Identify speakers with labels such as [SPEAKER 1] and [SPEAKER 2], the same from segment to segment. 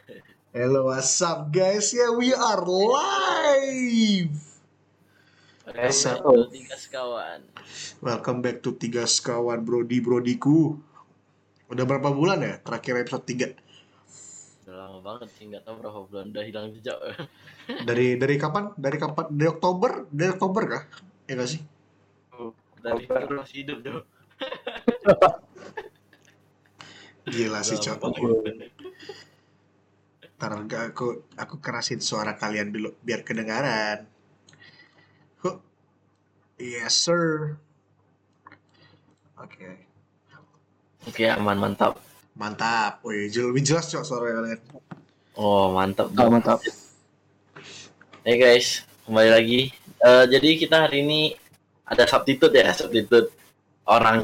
[SPEAKER 1] Hello, what's up guys? Yeah, we are live.
[SPEAKER 2] Welcome back
[SPEAKER 1] So,
[SPEAKER 2] to Tiga Sekawan.
[SPEAKER 1] welcome back to Tiga Sekawan Brodiku. Udah berapa bulan ya terakhir episode 3?
[SPEAKER 2] Udah lama banget sih, nggak tahu berapa bulan udah hilang jejak.
[SPEAKER 1] Dari kapan? Dari kapan? Dari Oktober? Dari Oktober kah? Ya nggak sih?
[SPEAKER 2] Dari itu masih hidup tuh.
[SPEAKER 1] Gila
[SPEAKER 2] Udah
[SPEAKER 1] sih,
[SPEAKER 2] lama
[SPEAKER 1] Cok.
[SPEAKER 2] banget.
[SPEAKER 1] Ntar aku kerasin suara kalian dulu biar kedengaran. Huh. Yes, sir. Oke.
[SPEAKER 2] Oke, aman, mantap.
[SPEAKER 1] Mantap. Wih, lebih jelas, Cok, suara kalian.
[SPEAKER 2] Oh, mantap.
[SPEAKER 3] Oh, mantap.
[SPEAKER 2] Hey guys, kembali lagi. Jadi kita hari ini ada substitute orang.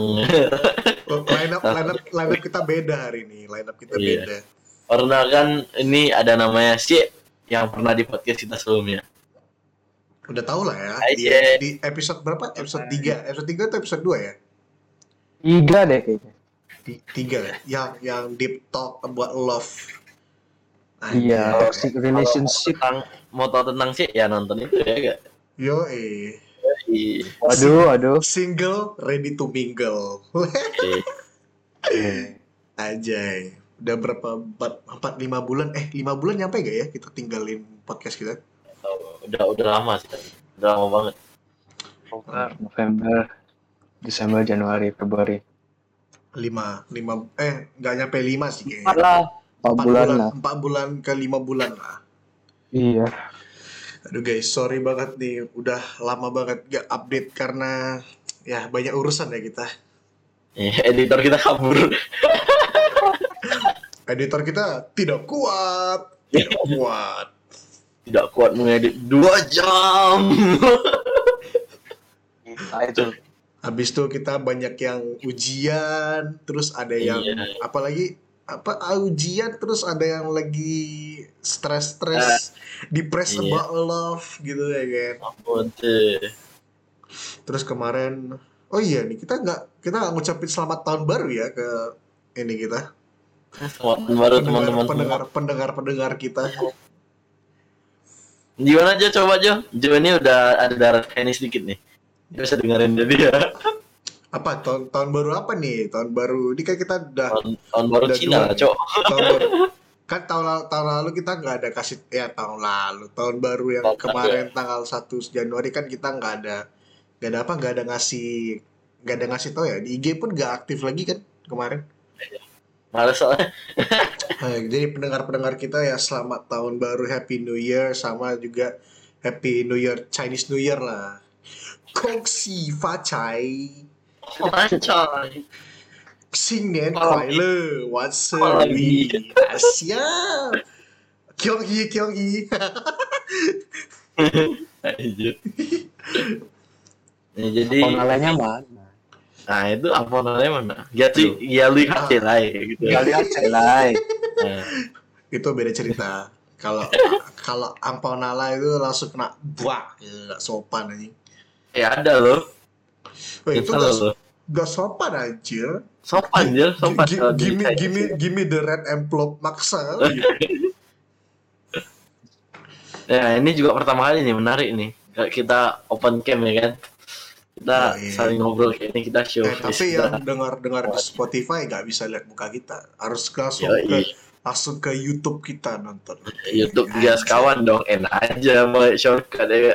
[SPEAKER 1] Line up kita beda hari ini. Line up kita
[SPEAKER 2] Iya.
[SPEAKER 1] beda.
[SPEAKER 2] Karena kan ini ada namanya si yang pernah di podcast kita sebelumnya.
[SPEAKER 1] Udah tau lah ya.
[SPEAKER 2] Aja.
[SPEAKER 1] Di episode berapa? Episode 3. Episode 3 atau episode 2 ya?
[SPEAKER 3] 3 deh kayaknya.
[SPEAKER 1] 3 ya. Yang deep talk about love.
[SPEAKER 3] Iya, toxic relationship.
[SPEAKER 2] Mau tahu tentang si ya nonton itu ya gak?
[SPEAKER 1] Yo
[SPEAKER 3] Waduh.
[SPEAKER 1] Single ready to mingle.
[SPEAKER 2] Oke.
[SPEAKER 1] Ajay. Udah berapa 4-5 bulan? 5 bulan nyampe gak ya kita tinggalin podcast kita?
[SPEAKER 2] Udah lama sih. Udah lama banget.
[SPEAKER 3] Oktober, November, Desember, Januari, Februari.
[SPEAKER 1] 5 nggak nyampe 5 sih kayaknya.
[SPEAKER 3] 4 bulan lah.
[SPEAKER 1] 4 bulan ke 5 bulan lah.
[SPEAKER 3] Iya.
[SPEAKER 1] Aduh guys, sorry banget nih, udah lama banget gak update karena ya banyak urusan ya kita.
[SPEAKER 2] Editor kita kabur.
[SPEAKER 1] Editor kita tidak kuat.
[SPEAKER 2] Tidak kuat mengedit 2 jam.
[SPEAKER 3] Itu.
[SPEAKER 1] Habis itu kita banyak yang ujian, terus ada yang
[SPEAKER 2] Iya.
[SPEAKER 1] apalagi ujian, terus ada yang lagi stres, depressed
[SPEAKER 2] Iya.
[SPEAKER 1] about love gitu ya kan.
[SPEAKER 2] Ampun tuh.
[SPEAKER 1] Terus kemarin, oh iya nih kita nggak ngucapin selamat tahun baru ya ke ini kita.
[SPEAKER 2] Selamat baru teman-teman semua.
[SPEAKER 1] pendengar kita.
[SPEAKER 2] Gimana aja coba Jo? Jo ini udah ada darah Chinese sedikit nih. Dia bisa dengerin jadi ya.
[SPEAKER 1] Apa tahun baru apa nih? Tahun baru ini kan kita udah
[SPEAKER 2] Tahun baru
[SPEAKER 1] udah
[SPEAKER 2] Cina,
[SPEAKER 1] dua nih.
[SPEAKER 2] Cok.
[SPEAKER 1] Tahun baru. Kan tahun lalu kita nggak ada kasih tahun baru yang
[SPEAKER 2] Tahun
[SPEAKER 1] kemarin tanggal 1 Januari kan kita nggak ada ngasih tahu ya, di IG pun nggak aktif lagi kan kemarin.
[SPEAKER 2] Males soalnya.
[SPEAKER 1] Jadi pendengar kita ya, selamat tahun baru, Happy New Year, sama juga Happy New Year, Chinese New Year lah. Kong Si Fa Cai,
[SPEAKER 2] Lancar.
[SPEAKER 1] 新年快乐，万事如意，笑。Kyung Hee.
[SPEAKER 2] Anjir. Ya, jadi
[SPEAKER 3] Pengalanya mana?
[SPEAKER 2] nah itu apa namanya mana? Ya lihat lah gitu.
[SPEAKER 3] Gak lihat celai.
[SPEAKER 2] Nah,
[SPEAKER 1] Itu beda cerita. Kalau Ampau Nala itu langsung kena buah, nggak sopan anjing.
[SPEAKER 2] ya ada loh.
[SPEAKER 1] Itu
[SPEAKER 2] Kita loh.
[SPEAKER 1] gak sopan anjir.
[SPEAKER 2] Sopan dia, sopan.
[SPEAKER 1] Give me the red envelope, maksa.
[SPEAKER 2] Ya ini juga pertama kali nih, menarik nih. Kita open cam ya kan. Kita saling ngobrol kayak ini, kita show face.
[SPEAKER 1] Tapi yang dengar di Spotify nggak bisa lihat muka kita, harus langsung ke YouTube kita nonton.
[SPEAKER 2] YouTube Tiga Sekawan dong, enak aja mau shortcut ya.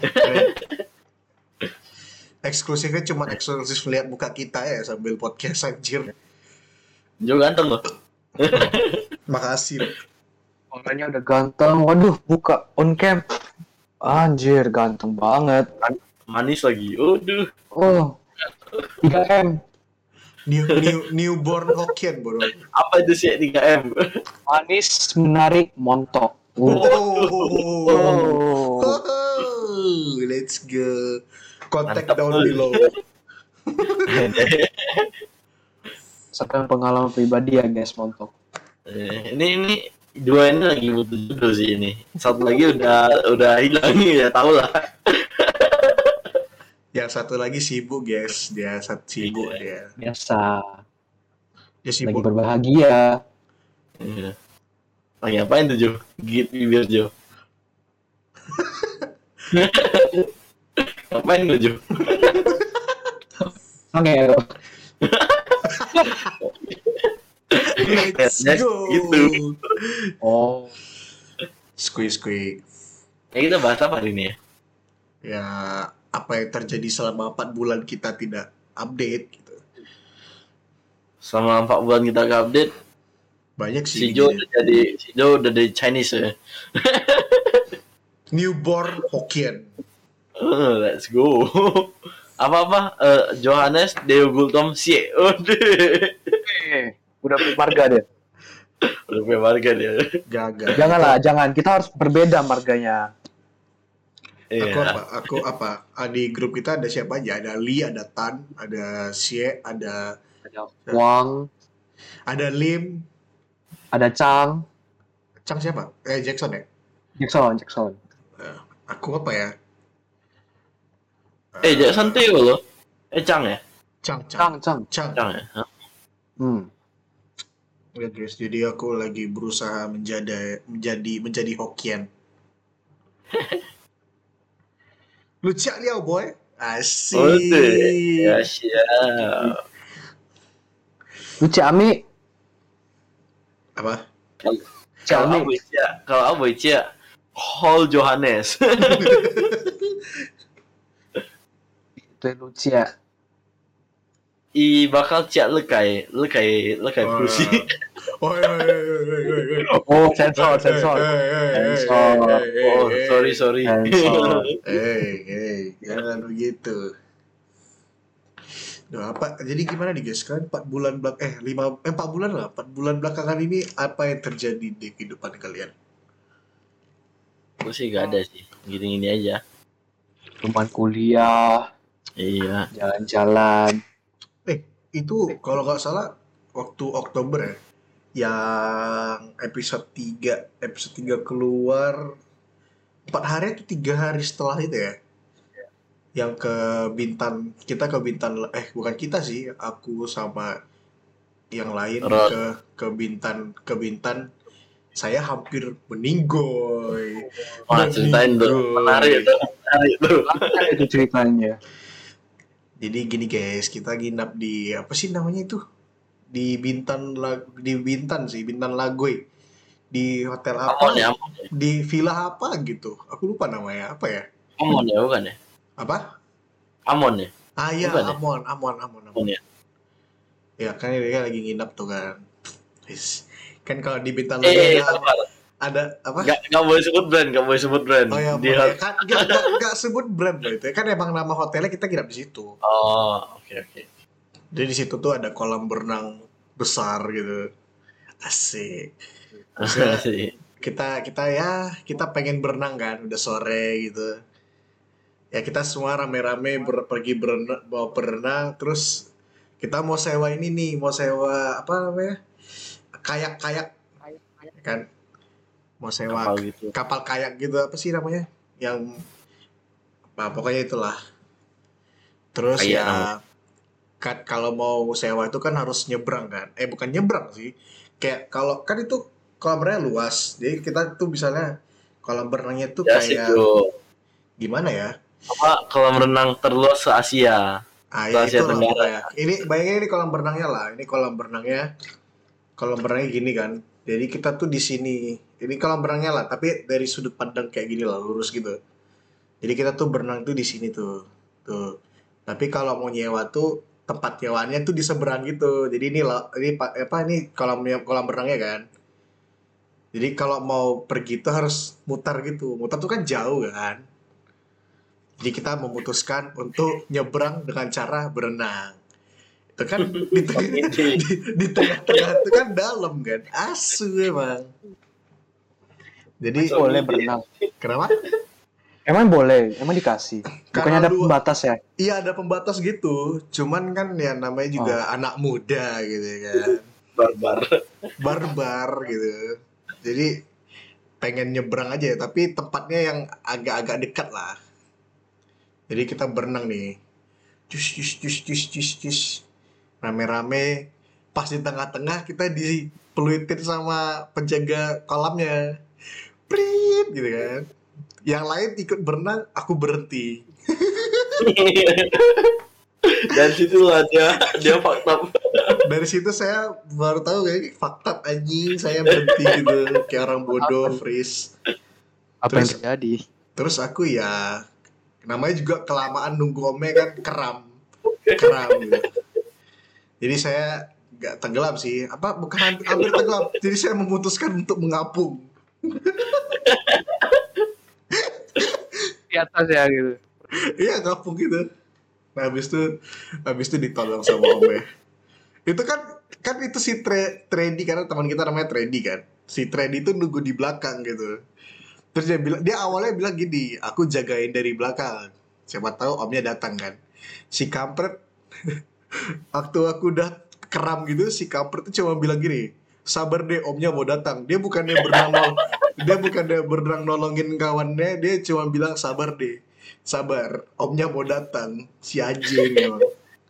[SPEAKER 1] Eksklusifnya cuma eksklusif lihat muka kita ya sambil podcast anjir.
[SPEAKER 2] Jo ganteng loh.
[SPEAKER 1] Makasih.
[SPEAKER 3] Orangnya udah ganteng. Waduh, buka on cam. Anjir, ganteng banget.
[SPEAKER 2] Manis lagi. Aduh.
[SPEAKER 3] Oh. 3M.
[SPEAKER 1] Newborn Hokkien bro.
[SPEAKER 2] Apa itu sih 3M?
[SPEAKER 3] Manis, menarik, montok.
[SPEAKER 1] Let's go. Contact
[SPEAKER 2] Mantap,
[SPEAKER 1] down below.
[SPEAKER 3] Sekarang pengalaman pribadi ya guys, montok.
[SPEAKER 2] Ini dua ini lagi butuh jodoh sih ini. Satu lagi udah hilang ya, tau lah.
[SPEAKER 1] Yang satu lagi sibuk guys, dia sibuk dia.
[SPEAKER 3] Biasa.
[SPEAKER 1] Dia
[SPEAKER 3] Lagi
[SPEAKER 1] sibuk.
[SPEAKER 3] berbahagia.
[SPEAKER 2] Iya. Lagi ngapain tuh Jo? Gigit bibir Jo. Ngapain lu Jo?
[SPEAKER 3] Angel.
[SPEAKER 1] Let's
[SPEAKER 2] Yes,
[SPEAKER 1] go.
[SPEAKER 2] gitu.
[SPEAKER 3] Oh.
[SPEAKER 1] Squeeze.
[SPEAKER 2] Ya kita bahas apa hari ini ya?
[SPEAKER 1] Ya, apa yang terjadi selama 4 bulan kita tidak update gitu.
[SPEAKER 2] Selama 4 bulan kita nggak update,
[SPEAKER 1] Banyak
[SPEAKER 2] si
[SPEAKER 1] sih
[SPEAKER 2] Jo
[SPEAKER 1] ininya.
[SPEAKER 2] udah jadi Chinese ya.
[SPEAKER 1] Newborn Hokkien.
[SPEAKER 2] Let's go. Apa-apa? Johannes Deo Gultom Sie.
[SPEAKER 3] Udah punya marga dia.
[SPEAKER 2] Udah punya marga dia.
[SPEAKER 1] Gagal.
[SPEAKER 3] Janganlah, jangan. Kita harus berbeda marganya.
[SPEAKER 2] Iya.
[SPEAKER 1] Aku apa? Di grup kita ada siapa aja? Ada Lee, ada Tan, ada Xie, ada
[SPEAKER 3] Ada Wang,
[SPEAKER 1] Lim.
[SPEAKER 3] ada Chang,
[SPEAKER 1] Chang siapa? Jackson ya?
[SPEAKER 3] Jackson.
[SPEAKER 1] Aku apa ya?
[SPEAKER 2] Jackson Teo loh. Chang ya?
[SPEAKER 1] Chang.
[SPEAKER 2] Chang ya? Hah?
[SPEAKER 1] Ya guys, jadi aku lagi berusaha menjadi Hokkien. Lucu liao boy. Asik.
[SPEAKER 2] Ya siap.
[SPEAKER 3] Lucu Ami.
[SPEAKER 1] Apa?
[SPEAKER 2] Kalau Abu Cia, Hall Johannes.
[SPEAKER 3] Itu lucu ya.
[SPEAKER 2] I bakal Cia lekai pusi.
[SPEAKER 1] Oh,
[SPEAKER 3] Oh, sensor.
[SPEAKER 2] Oh, sorry.
[SPEAKER 3] Sensor.
[SPEAKER 1] Jangan begitu. Duh, apa? Jadi gimana nih guys? Kan 4 bulan 4 bulan lah. 4 bulan belakangan ini apa yang terjadi di kehidupan kalian?
[SPEAKER 2] Gue sih gak ada sih. Gini-gini aja.
[SPEAKER 3] Teman kuliah,
[SPEAKER 2] Iya.
[SPEAKER 3] jalan-jalan.
[SPEAKER 1] Itu kalau nggak salah waktu Oktober ya, yang episode 3 keluar 4 hari atau 3 hari setelah itu ya, yang ke Bintan, bukan kita sih, aku sama yang lain
[SPEAKER 2] Ron.
[SPEAKER 1] ke Bintan, saya hampir meninggoy.
[SPEAKER 2] Wah, ceritain tuh. Menarik tuh.
[SPEAKER 3] Apa itu ceritanya?
[SPEAKER 1] Jadi gini guys, kita nginap di apa sih namanya itu, di Bintan sih, Bintan Lagoy, di hotel
[SPEAKER 2] Amon
[SPEAKER 1] apa,
[SPEAKER 2] ya?
[SPEAKER 1] di villa apa gitu, aku lupa namanya apa ya.
[SPEAKER 2] Amon ya, bukan ya?
[SPEAKER 1] Apa?
[SPEAKER 2] Amon ya?
[SPEAKER 1] Iya,
[SPEAKER 2] Bukan ya?
[SPEAKER 1] Amon.
[SPEAKER 2] Amon ya?
[SPEAKER 1] Ya kan dia lagi nginap tuh kan. Wis. Kan kalau di Bintan Lagoy
[SPEAKER 2] Sabar.
[SPEAKER 1] ada apa?
[SPEAKER 2] Gak boleh sebut brand.
[SPEAKER 1] Oh ya,
[SPEAKER 2] Di
[SPEAKER 1] boleh. Kan nggak sebut brand loh itu. Kan emang nama hotelnya, kita nginap di situ.
[SPEAKER 2] Oh, oke.
[SPEAKER 1] Jadi di situ tuh ada kolam berenang besar gitu. Asik. Maksudnya
[SPEAKER 2] Sih.
[SPEAKER 1] kita pengen berenang kan, udah sore gitu. Ya kita semua rame-rame pergi berenang, terus kita mau sewa ini nih, mau sewa apa namanya? Kayak kan. Mau sewa
[SPEAKER 2] Kapal gitu.
[SPEAKER 1] kapal kayak gitu, apa sih namanya? Yang pokoknya itulah. Terus
[SPEAKER 2] Kayak
[SPEAKER 1] ya
[SPEAKER 2] namanya.
[SPEAKER 1] kan kalau mau sewa itu kan harus nyebrang kan. Bukan nyebrang sih. Kayak kalau kan itu kolam renang luas. Jadi kita tuh misalnya kolam berenangnya tuh
[SPEAKER 2] Ya sih,
[SPEAKER 1] kayak
[SPEAKER 2] Jo.
[SPEAKER 1] gimana ya?
[SPEAKER 2] Apa kolam renang terluas se-Asia?
[SPEAKER 1] Ya
[SPEAKER 2] Se-Asia
[SPEAKER 1] itu lah
[SPEAKER 2] Tenggara.
[SPEAKER 1] pokoknya. Ini bayangin, ini kolam berenangnya lah. Ini kolam berenangnya gini kan. Jadi kita tuh di sini. Ini kolam berenangnya lah, tapi dari sudut pandang kayak gini lah, lurus gitu. Jadi kita tuh berenang tuh di sini tuh. Tuh. Tapi kalau mau nyewa tuh tempat nyewanya tuh di seberang gitu. Jadi ini kolam berenangnya kan. Jadi kalau mau pergi tuh harus mutar gitu. Mutar tuh kan jauh kan. Jadi kita memutuskan untuk nyebrang dengan cara berenang. Itu kan di tengah-tengah itu kan dalam kan. Asu emang. Jadi
[SPEAKER 3] Boleh berenang.
[SPEAKER 1] kenapa?
[SPEAKER 3] Emang boleh, emang dikasih. Bukannya ada
[SPEAKER 1] Karena
[SPEAKER 3] pembatas ya?
[SPEAKER 1] Iya ada pembatas gitu. Cuman kan ya namanya juga anak muda gitu kan.
[SPEAKER 2] Barbar.
[SPEAKER 1] Barbar gitu. Jadi pengen nyebrang aja, tapi tempatnya yang agak-agak dekat lah. Jadi kita berenang nih. Cus. Rame-rame. Pas di tengah-tengah kita dipeluitin sama penjaga kolamnya. Prit gitu kan. Yang lain ikut berenang, aku berhenti.
[SPEAKER 2] Dan situ dia fakta.
[SPEAKER 1] Dari situ saya baru tahu kayak fakta anjing, saya berhenti gitu kayak orang bodoh, freeze.
[SPEAKER 3] Apa yang
[SPEAKER 1] Terus-
[SPEAKER 3] terjadi?
[SPEAKER 1] Terus aku ya namanya juga kelamaan nunggu omnya kan keram gitu. Jadi saya nggak tenggelam sih, bukan hampir tenggelam. Jadi saya memutuskan untuk mengapung.
[SPEAKER 3] Di atas ya gitu.
[SPEAKER 1] Iya ngapung gitu. Nah habis itu ditolong sama omnya. Itu kan itu si Tredi, karena teman kita namanya Tredi kan. Si Tredi itu nunggu di belakang gitu. Terus dia awalnya bilang gini, aku jagain dari belakang. Siapa tahu omnya datang kan. Si kampret waktu aku udah keram gitu, si kampret tuh cuma bilang gini, sabar deh omnya mau datang. Dia bukannya berenang nolongin kawannya, dia cuma bilang sabar deh. Sabar, omnya mau datang. Si anjing emang.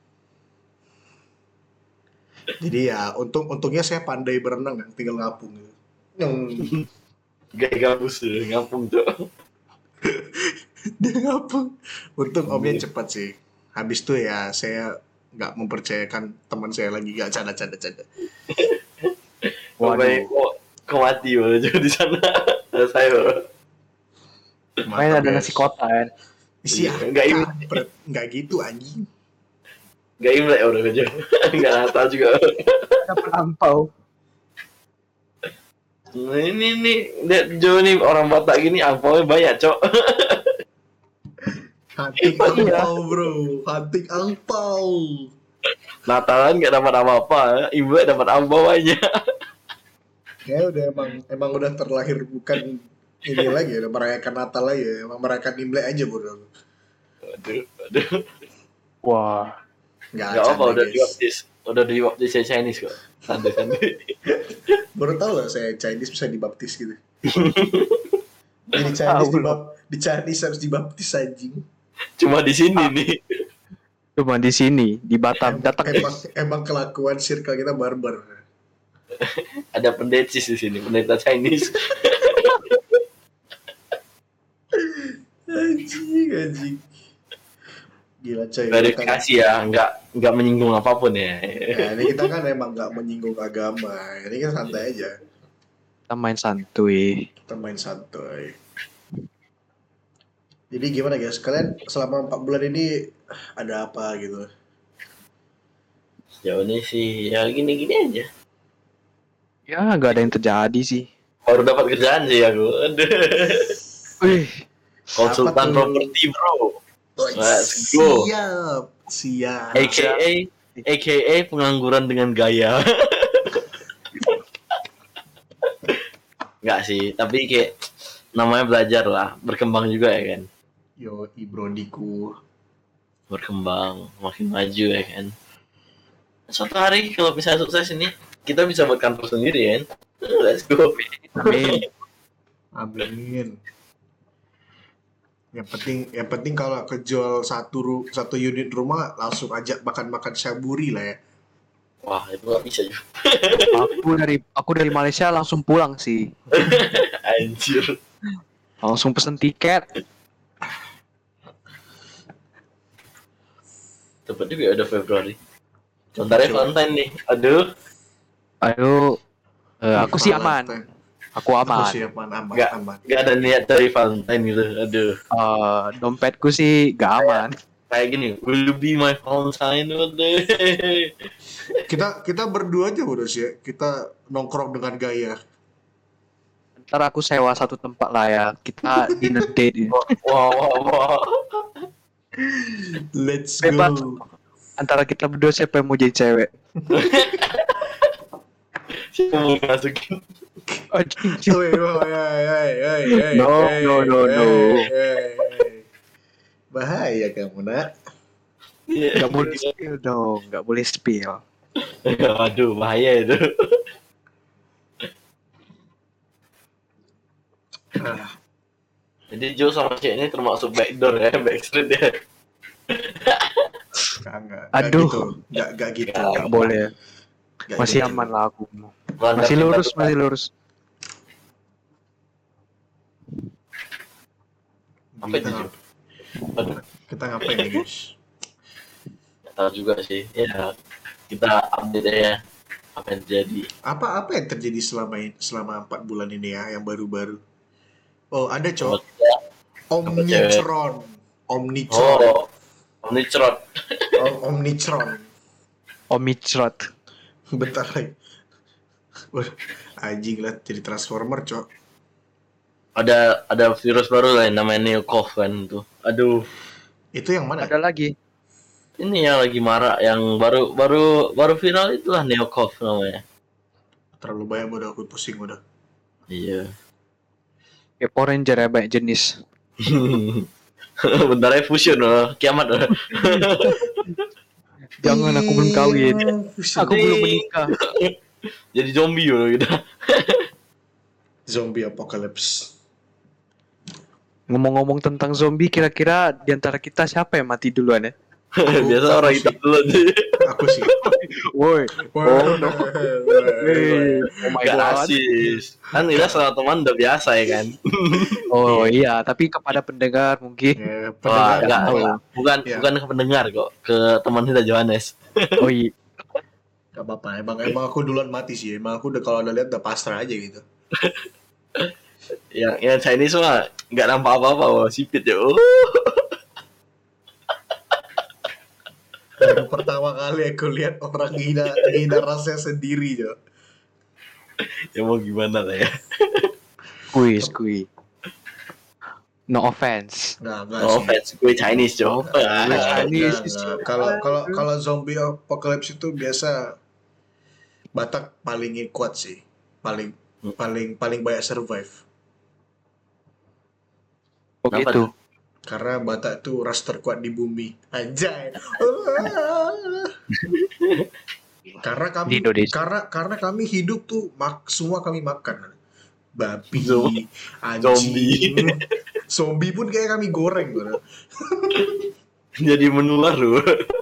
[SPEAKER 1] Jadi ya untungnya saya pandai berenang kan, tinggal ngapung gitu.
[SPEAKER 2] Gak gabus tuh, ngampung tuh.
[SPEAKER 1] Dia ngapung. Untung omnya cepat sih. Habis itu ya saya nggak mempercayakan teman saya lagi, nggak canda.
[SPEAKER 2] Waduh. Kok mati loh di sana. Saya
[SPEAKER 3] Main ada nasi kotak kan.
[SPEAKER 1] Isi kampret. Nggak gitu anjing.
[SPEAKER 2] gak imlek udah kerja. Gak Natal juga.
[SPEAKER 3] Dapat ampau.
[SPEAKER 2] Nah, ini nih, lihat Jo nih orang Batak gini angpaunya banyak, Cok.
[SPEAKER 1] Hunting angpau bro, hunting angpau.
[SPEAKER 2] Natalan gak dapat apa-apa, Imlek dapat angpau banyak.
[SPEAKER 1] Ya udah emang udah terlahir bukan ini lagi, udah merayakan Natal lagi ya. Emang merayakan Imlek aja bro.
[SPEAKER 2] Aduh.
[SPEAKER 1] Nggak
[SPEAKER 2] Gak apa,
[SPEAKER 1] canda,
[SPEAKER 2] udah
[SPEAKER 1] guys.
[SPEAKER 2] diwaptis. Udah diwaptis Chinese kok. Santai-santai.
[SPEAKER 1] Baru tau loh saya Chinese bisa dibaptis gitu. Jadi Chinese di Chinese harus dibaptis anjing.
[SPEAKER 2] Cuma di sini nih.
[SPEAKER 3] Cuma di sini, di Batam. Datang
[SPEAKER 1] Emang kelakuan circle kita barbar.
[SPEAKER 2] Ada pendecis di sini, pendeta Chinese.
[SPEAKER 1] Anjing. Gila coy.
[SPEAKER 2] Verifikasi ya, nggak menyinggung apapun ya.
[SPEAKER 1] Ya, ini kita kan emang nggak menyinggung agama. Ini kan santai aja.
[SPEAKER 3] kita main santuy.
[SPEAKER 1] Kita main santai. Jadi gimana guys? Kalian selama 4 bulan ini ada apa gitu?
[SPEAKER 2] Sejauh ini sih ya gini-gini aja.
[SPEAKER 3] Ya gak ada yang terjadi sih.
[SPEAKER 2] Baru dapat kerjaan sih aku. Aduh.
[SPEAKER 3] Wih,
[SPEAKER 2] Konsultan
[SPEAKER 1] Apa tuh?
[SPEAKER 2] properti bro. Let's go.
[SPEAKER 1] Siap.
[SPEAKER 2] AKA pengangguran dengan gaya. Enggak sih, tapi kayak namanya belajar lah, berkembang juga ya kan.
[SPEAKER 1] Yo, ibrodiku.
[SPEAKER 2] Berkembang, makin maju ya kan. Suatu hari kalau misalnya sukses ini, kita bisa buat kantor sendiri kan. Let's go.
[SPEAKER 3] amin.
[SPEAKER 1] Amin. Yang penting kalau kejual satu unit rumah langsung ajak makan syaburi lah ya.
[SPEAKER 2] Wah, itu nggak bisa juga.
[SPEAKER 3] Aku dari Malaysia langsung pulang sih.
[SPEAKER 2] Anjir.
[SPEAKER 3] Langsung pesen tiket.
[SPEAKER 2] Tepat juga ya, udah Februari. Sebentar ya Valentine nih. Aduh.
[SPEAKER 3] Ayo, aku sih aman. Aku
[SPEAKER 1] Aku
[SPEAKER 3] aman.
[SPEAKER 1] sih aman.
[SPEAKER 2] Nggak ada niat dari Valentine gitu. Aduh.
[SPEAKER 3] Dompetku sih gak aman.
[SPEAKER 2] Kayak gini, will you be my Valentine? Aduh.
[SPEAKER 1] Kita berdua aja bodos ya. Kita nongkrong dengan gaya.
[SPEAKER 3] Ntar aku sewa satu tempat lah ya. Kita dinner date.
[SPEAKER 2] Wah.
[SPEAKER 1] Let's
[SPEAKER 3] Bebas.
[SPEAKER 1] go.
[SPEAKER 3] Antara kita berdua siapa yang mau jadi cewek?
[SPEAKER 2] Siapa mau masukin?
[SPEAKER 1] Woi.
[SPEAKER 3] No.
[SPEAKER 1] Bahaya kamu nak.
[SPEAKER 3] Gak boleh spill dong. Gak boleh spill.
[SPEAKER 2] Aduh, bahaya itu. Jadi Joe sama cewek ini termasuk backdoor ya, backstreet ya.
[SPEAKER 1] Enggak
[SPEAKER 3] Aduh.
[SPEAKER 1] gitu. Enggak gitu.
[SPEAKER 3] Gak boleh.
[SPEAKER 1] Nggak
[SPEAKER 3] Masih
[SPEAKER 1] lucu.
[SPEAKER 3] aman lah aku.
[SPEAKER 2] Melanggar
[SPEAKER 3] Masih
[SPEAKER 2] cinta
[SPEAKER 3] lurus,
[SPEAKER 2] Tuhan.
[SPEAKER 3] masih lurus.
[SPEAKER 2] Apa
[SPEAKER 1] Kita,
[SPEAKER 2] itu, Ju? Aduh,
[SPEAKER 1] kita ngapain nih guys?
[SPEAKER 2] nggak tahu juga sih. Ya, kita update ya apa yang terjadi.
[SPEAKER 1] Apa yang terjadi selama 4 bulan ini ya yang baru-baru? Oh ada
[SPEAKER 2] Sama
[SPEAKER 1] cok,
[SPEAKER 2] kita, sama cewek.
[SPEAKER 1] Omnitron,
[SPEAKER 2] Oh, Omnitrot.
[SPEAKER 1] Omnitron.
[SPEAKER 3] Omicrot.
[SPEAKER 1] Bentar lagi. Wah, anjing lah jadi Transformer cok.
[SPEAKER 2] Ada virus baru lah yang namanya Neocov kan tuh. Aduh,
[SPEAKER 1] Itu yang mana?
[SPEAKER 3] Ada lagi.
[SPEAKER 2] ini yang lagi marak yang baru viral itulah Neocov namanya.
[SPEAKER 1] Terlalu banyak udah aku pusing udah.
[SPEAKER 2] Iya.
[SPEAKER 3] Kayak Power Ranger ya, banyak jenis.
[SPEAKER 2] Bentar ya fusion loh, kiamat loh.
[SPEAKER 3] Jangan, aku belum kawin. Aku
[SPEAKER 2] Sedih.
[SPEAKER 3] belum menikah.
[SPEAKER 2] Jadi zombie loh gitu.
[SPEAKER 1] Zombie apocalypse.
[SPEAKER 3] Ngomong-ngomong tentang zombie, kira-kira di antara kita siapa yang mati duluan ya?
[SPEAKER 2] Biasa orang
[SPEAKER 1] sih.
[SPEAKER 2] kita dulu sih.
[SPEAKER 1] Aku sih.
[SPEAKER 3] Woi.
[SPEAKER 1] Oh,
[SPEAKER 3] Oh my
[SPEAKER 2] Gak
[SPEAKER 3] god.
[SPEAKER 2] rasis. Kan kita sama teman udah biasa ya kan.
[SPEAKER 3] Oh iya, tapi kepada pendengar mungkin.
[SPEAKER 1] Ya,
[SPEAKER 2] Wah,
[SPEAKER 1] pendengar
[SPEAKER 2] enggak,
[SPEAKER 1] tahu.
[SPEAKER 2] bukan
[SPEAKER 1] Ya.
[SPEAKER 2] bukan ke pendengar kok, ke teman kita Johannes.
[SPEAKER 3] Oh iya.
[SPEAKER 1] Gak apa-apa, emang aku duluan mati sih. Emang aku udah kalau udah lihat udah pasrah aja gitu.
[SPEAKER 2] Yang Chinese mah nggak nampak apa-apa, wah sipit ya.
[SPEAKER 1] Baru pertama kali aku lihat orang hina rasanya sendiri, Jo.
[SPEAKER 2] Ya mau gimana lah ya.
[SPEAKER 3] Kuis. No offense.
[SPEAKER 1] Enggak
[SPEAKER 2] Oh,
[SPEAKER 1] sih.
[SPEAKER 2] fans gue Chinese, Cok.
[SPEAKER 3] Chinese.
[SPEAKER 1] Enggak. Kalau zombie apocalypse itu biasa Batak paling kuat sih. Paling banyak survive.
[SPEAKER 3] Oh
[SPEAKER 2] Kenapa
[SPEAKER 3] gitu.
[SPEAKER 2] tuh?
[SPEAKER 1] Karena Batak itu ras terkuat di bumi. Anjay. Karena
[SPEAKER 3] Di
[SPEAKER 1] kami
[SPEAKER 3] Indonesia.
[SPEAKER 1] karena kami hidup tuh semua kami makan. Babi,
[SPEAKER 2] Zombie.
[SPEAKER 1] anjing. Zombie pun kayak kami goreng bro.
[SPEAKER 2] Jadi menular loh.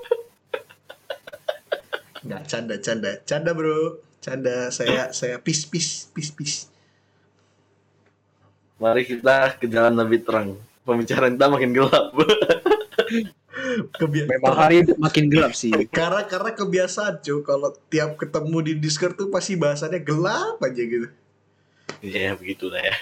[SPEAKER 1] Nggak canda bro. Canda saya peace.
[SPEAKER 2] Mari kita ke jalan lebih terang. Pembicaraan kita makin gelap.
[SPEAKER 3] Memang hari makin gelap sih.
[SPEAKER 1] Karena kebiasaan cuy kalau tiap ketemu di Discord tuh pasti bahasannya gelap aja gitu.
[SPEAKER 2] Ya begitulah ya.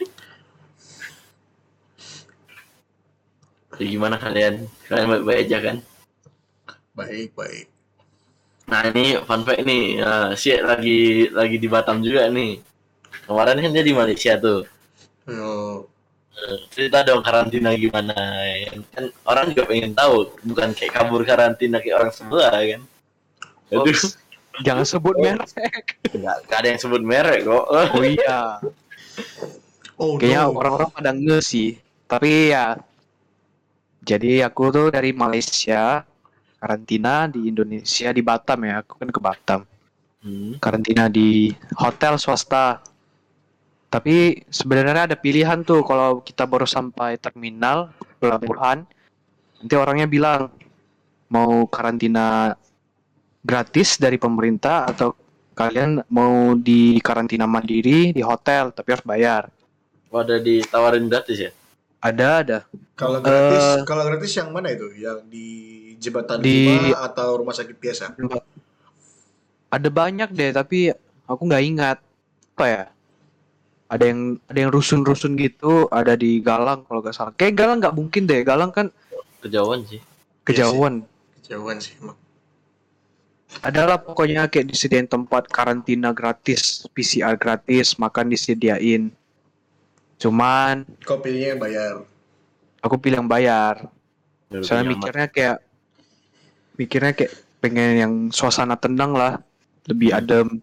[SPEAKER 2] Jadi gimana kalian? Kalian baik-baik aja kan?
[SPEAKER 1] Baik.
[SPEAKER 2] Nah ini fun fact nih, si lagi di Batam juga nih. Kemarin kan dia di Malaysia tuh.
[SPEAKER 1] Oh,
[SPEAKER 2] Cerita dong karantina gimana ya. Kan orang juga pengen tahu, bukan kayak kabur karantina kayak orang sebelah kan. Aduh,
[SPEAKER 3] Jangan sebut merek.
[SPEAKER 2] nggak ada yang sebut merek kok.
[SPEAKER 3] Oh iya. Kayaknya orang-orang pada nge sih. Tapi ya. Jadi aku tuh dari Malaysia karantina di Indonesia di Batam ya. Aku kan ke Batam. Karantina di hotel swasta. Tapi sebenarnya ada pilihan tuh kalau kita baru sampai terminal pelabuhan, nanti orangnya bilang mau karantina gratis dari pemerintah atau kalian mau di karantina mandiri di hotel tapi harus bayar.
[SPEAKER 2] Ada ditawarin gratis ya?
[SPEAKER 3] Ada.
[SPEAKER 1] Kalau gratis yang mana itu? Yang di Jembatan
[SPEAKER 3] Di-
[SPEAKER 1] 5 atau rumah sakit biasa?
[SPEAKER 3] Ada banyak deh tapi aku nggak ingat apa ya. Ada yang rusun-rusun gitu, ada di Galang kalau nggak salah. Kayak Galang nggak mungkin deh, Galang kan
[SPEAKER 2] Kejauhan sih.
[SPEAKER 3] kejauhan.
[SPEAKER 1] Kejauhan sih emang.
[SPEAKER 3] Adalah pokoknya kayak disediain tempat karantina gratis, PCR gratis, makan disediain. Cuman
[SPEAKER 1] Kau pilihnya yang bayar.
[SPEAKER 3] aku pilih yang bayar.
[SPEAKER 2] Lebih
[SPEAKER 3] Soalnya
[SPEAKER 2] nyaman.
[SPEAKER 3] mikirnya kayak pengen yang suasana tenang lah, lebih adem.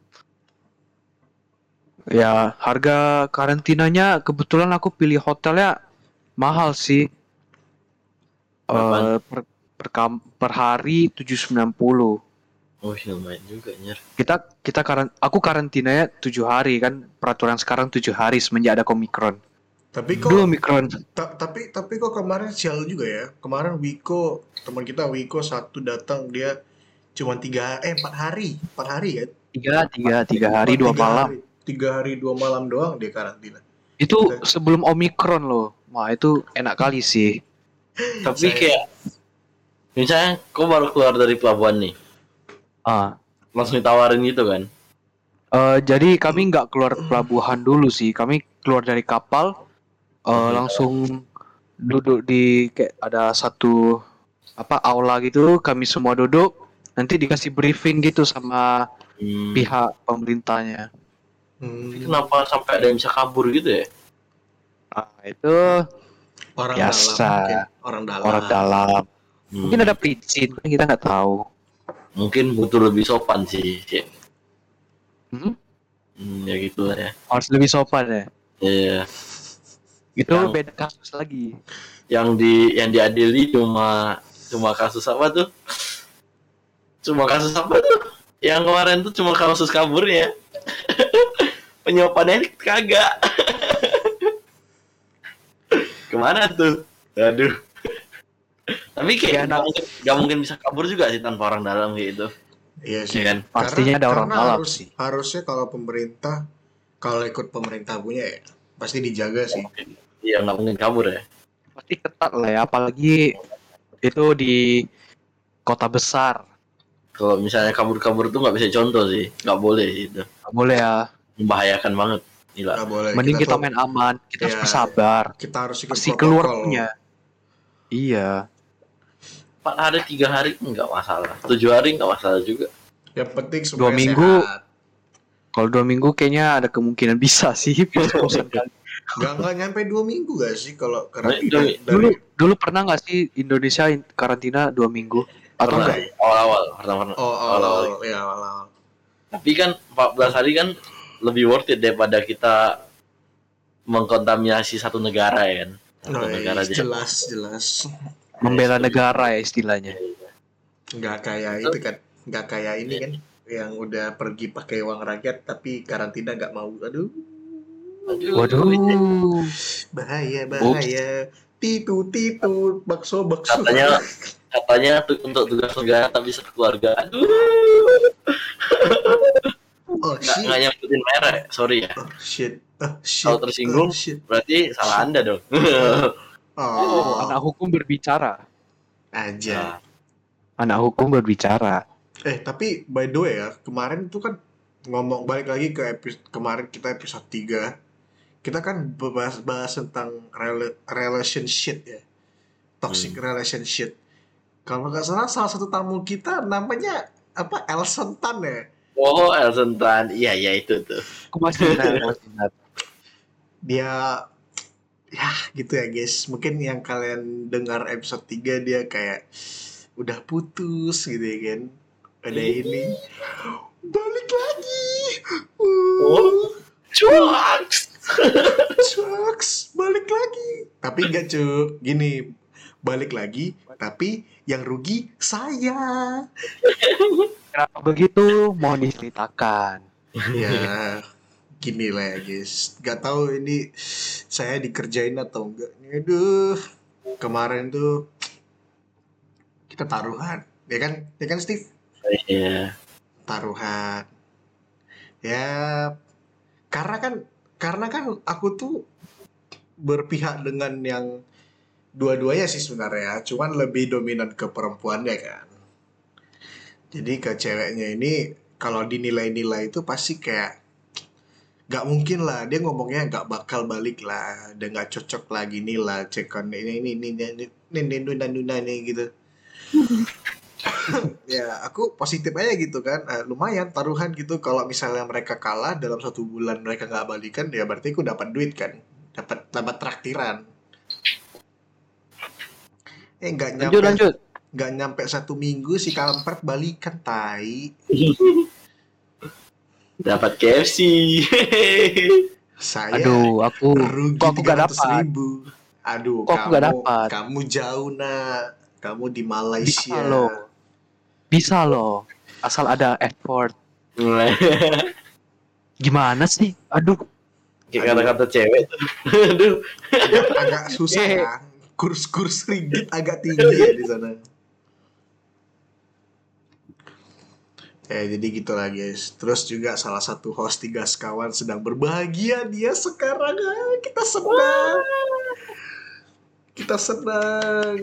[SPEAKER 3] Ya, harga karantinanya kebetulan aku pilih hotelnya mahal sih.
[SPEAKER 2] Berapaan?
[SPEAKER 3] Per hari 790.
[SPEAKER 2] Oh lumayan juga nyer.
[SPEAKER 3] Aku karantinanya 7 hari kan, peraturan sekarang 7 hari semenjak ada Omikron.
[SPEAKER 1] Tapi kok
[SPEAKER 3] Dulu Omikron.
[SPEAKER 1] tapi kok kemarin sial juga ya. Kemarin teman kita Wiko satu datang dia cuma 4 hari kan.
[SPEAKER 3] tiga hari dua malam.
[SPEAKER 1] 3 hari 2 malam doang dia karantina.
[SPEAKER 3] Itu
[SPEAKER 1] Oke.
[SPEAKER 3] sebelum Omikron loh. Wah itu enak kali sih.
[SPEAKER 2] Tapi
[SPEAKER 1] Saya-
[SPEAKER 2] kayak misalnya kau baru keluar dari pelabuhan nih,
[SPEAKER 3] Ah,
[SPEAKER 2] langsung ditawarin gitu kan?
[SPEAKER 3] jadi kami nggak keluar pelabuhan dulu sih. Kami keluar dari kapal, langsung duduk di kayak ada satu aula gitu. Kami semua duduk. Nanti dikasih briefing gitu sama pihak pemerintahnya.
[SPEAKER 2] Tapi kenapa sampai ada yang bisa kabur gitu ya?
[SPEAKER 3] Nah, itu
[SPEAKER 1] orang
[SPEAKER 3] biasa.
[SPEAKER 1] dalam mungkin. Orang
[SPEAKER 3] orang dalam. Mungkin ada pelicin, kan kita nggak tahu.
[SPEAKER 2] Mungkin butuh lebih sopan sih.
[SPEAKER 3] Hmm?
[SPEAKER 2] Ya gitu lah ya.
[SPEAKER 3] Harus lebih sopan ya.
[SPEAKER 2] Iya.
[SPEAKER 3] Itu
[SPEAKER 2] Yang-
[SPEAKER 3] beda kasus lagi.
[SPEAKER 2] yang diadili cuma kasus apa tuh? Cuma kasus apa tuh? Yang kemarin tuh cuma kasus kaburnya. Penyuapannya kagak. Kemana tuh? Aduh. Tapi kayak nggak mungkin bisa kabur juga sih tanpa orang dalam kayak gitu.
[SPEAKER 1] Iya sih.
[SPEAKER 2] Iya kan?
[SPEAKER 3] Pastinya ada orang dalam sih.
[SPEAKER 1] Harusnya kalau pemerintah kalau ikut pemerintah punya ya pasti dijaga sih.
[SPEAKER 2] Iya nggak mungkin kabur ya.
[SPEAKER 3] Pasti ketat lah ya, apalagi itu di kota besar.
[SPEAKER 2] Kalau misalnya kabur-kabur tuh nggak bisa contoh sih, nggak boleh itu,
[SPEAKER 3] Nggak boleh ya.
[SPEAKER 2] membahayakan banget. Gila.
[SPEAKER 1] Nggak boleh.
[SPEAKER 3] Mending kita
[SPEAKER 1] tuh-
[SPEAKER 3] main aman, kita harus
[SPEAKER 1] Iya.
[SPEAKER 3] bersabar.
[SPEAKER 1] Kita harus ikut
[SPEAKER 3] Pasti
[SPEAKER 1] protokol.
[SPEAKER 3] keluar punya. Iya.
[SPEAKER 2] 4 hari 3 hari nggak masalah, 7 hari nggak masalah juga.
[SPEAKER 1] Yang penting
[SPEAKER 3] 2
[SPEAKER 1] semuanya
[SPEAKER 3] minggu.
[SPEAKER 1] sehat.
[SPEAKER 3] Kalau 2 minggu kayaknya ada kemungkinan bisa sih. Bosan kali.
[SPEAKER 1] Nggak nyampe 2 minggu gak sih kalau
[SPEAKER 2] Dulu-
[SPEAKER 1] karantina
[SPEAKER 3] Dulu pernah nggak sih Indonesia karantina 2 minggu? Atau
[SPEAKER 2] Pernah,
[SPEAKER 3] enggak?
[SPEAKER 2] awal-awal pertama.
[SPEAKER 1] awal ya awal.
[SPEAKER 2] Tapi kan 14 hari kan lebih worth it daripada kita mengkontaminasi satu negara ya kan. Satu negara aja.
[SPEAKER 1] jelas.
[SPEAKER 3] Membela negara ya istilahnya.
[SPEAKER 1] Nggak kayak itu kan, nggak kayak ini kan yang udah pergi pakai uang rakyat tapi karantina nggak mau. Aduh,
[SPEAKER 2] Aduh.
[SPEAKER 3] Waduh.
[SPEAKER 1] bahaya. Titu, bakso.
[SPEAKER 2] Katanya untuk tugas negara tak bisa keluarga. Aduh.
[SPEAKER 1] Oh
[SPEAKER 2] Nggak
[SPEAKER 1] shit.
[SPEAKER 2] nyampetin merek, sorry ya.
[SPEAKER 1] Oh shit.
[SPEAKER 2] Kalau tersinggung,
[SPEAKER 1] Oh, shit.
[SPEAKER 2] berarti salah Anda dong.
[SPEAKER 1] Oh,
[SPEAKER 3] Anak hukum berbicara.
[SPEAKER 1] aja.
[SPEAKER 3] Anak hukum berbicara.
[SPEAKER 1] Tapi by the way ya, kemarin tuh kan ngomong balik lagi ke kemarin kita episode 3. Kita kan bahas tentang relationship ya. Toxic relationship. Kalau nggak salah satu tamu kita namanya apa? Elson Tan ya.
[SPEAKER 2] Oh, Elson Tan. Iya itu tuh.
[SPEAKER 3] Aku masih ingat.
[SPEAKER 1] Dia ya gitu ya guys. Mungkin yang kalian dengar episode 3 dia kayak udah putus gitu ya kan. Ada ini balik lagi. Cuaks, balik lagi. Tapi enggak Cuk, gini, balik lagi, tapi yang rugi saya.
[SPEAKER 3] Kenapa begitu? Mohon diceritakan.
[SPEAKER 1] Ya, gini lah ya guys. Gak tahu ini saya dikerjain atau enggak. Aduh, kemarin tuh kita taruhan, ya kan Steve?
[SPEAKER 2] Iya.
[SPEAKER 1] Taruhan. Ya, karena kan aku tuh berpihak dengan yang dua-duanya sih sebenarnya, cuman lebih dominan ke perempuannya kan. Jadi ke ceweknya ini kalau dinilai-nilai itu pasti kayak gak mungkin lah, dia ngomongnya gak bakal balik lah, udah gak cocok lagi nih lah, cekon ini gitu. Ya aku positif aja gitu kan. Lumayan taruhan gitu, kalau misalnya mereka kalah dalam 1 bulan mereka nggak balikan, ya berarti aku dapat duit kan, dapat traktiran.
[SPEAKER 3] Lanjut.
[SPEAKER 1] Nggak nyampe 1 minggu si kampret balikan tai.
[SPEAKER 2] Dapat KFC.
[SPEAKER 1] Saya
[SPEAKER 3] Aduh,
[SPEAKER 1] rugi
[SPEAKER 3] kok aku gak
[SPEAKER 1] 300.000. Aduh,
[SPEAKER 3] Kok aku nggak dapat?
[SPEAKER 1] kamu jauh nak, kamu di
[SPEAKER 3] Bisa
[SPEAKER 1] Malaysia.
[SPEAKER 3] loh. Bisa loh. Asal ada effort. Gimana sih? Aduh.
[SPEAKER 2] Kayak kata-kata cewek tuh. Aduh.
[SPEAKER 1] Agak susah ya. Kurs ringgit agak tinggi ya di sana. Jadi gitulah guys. Terus juga salah satu host Tiga Sekawan sedang berbahagia dia sekarang. Kita senang. Kita senang.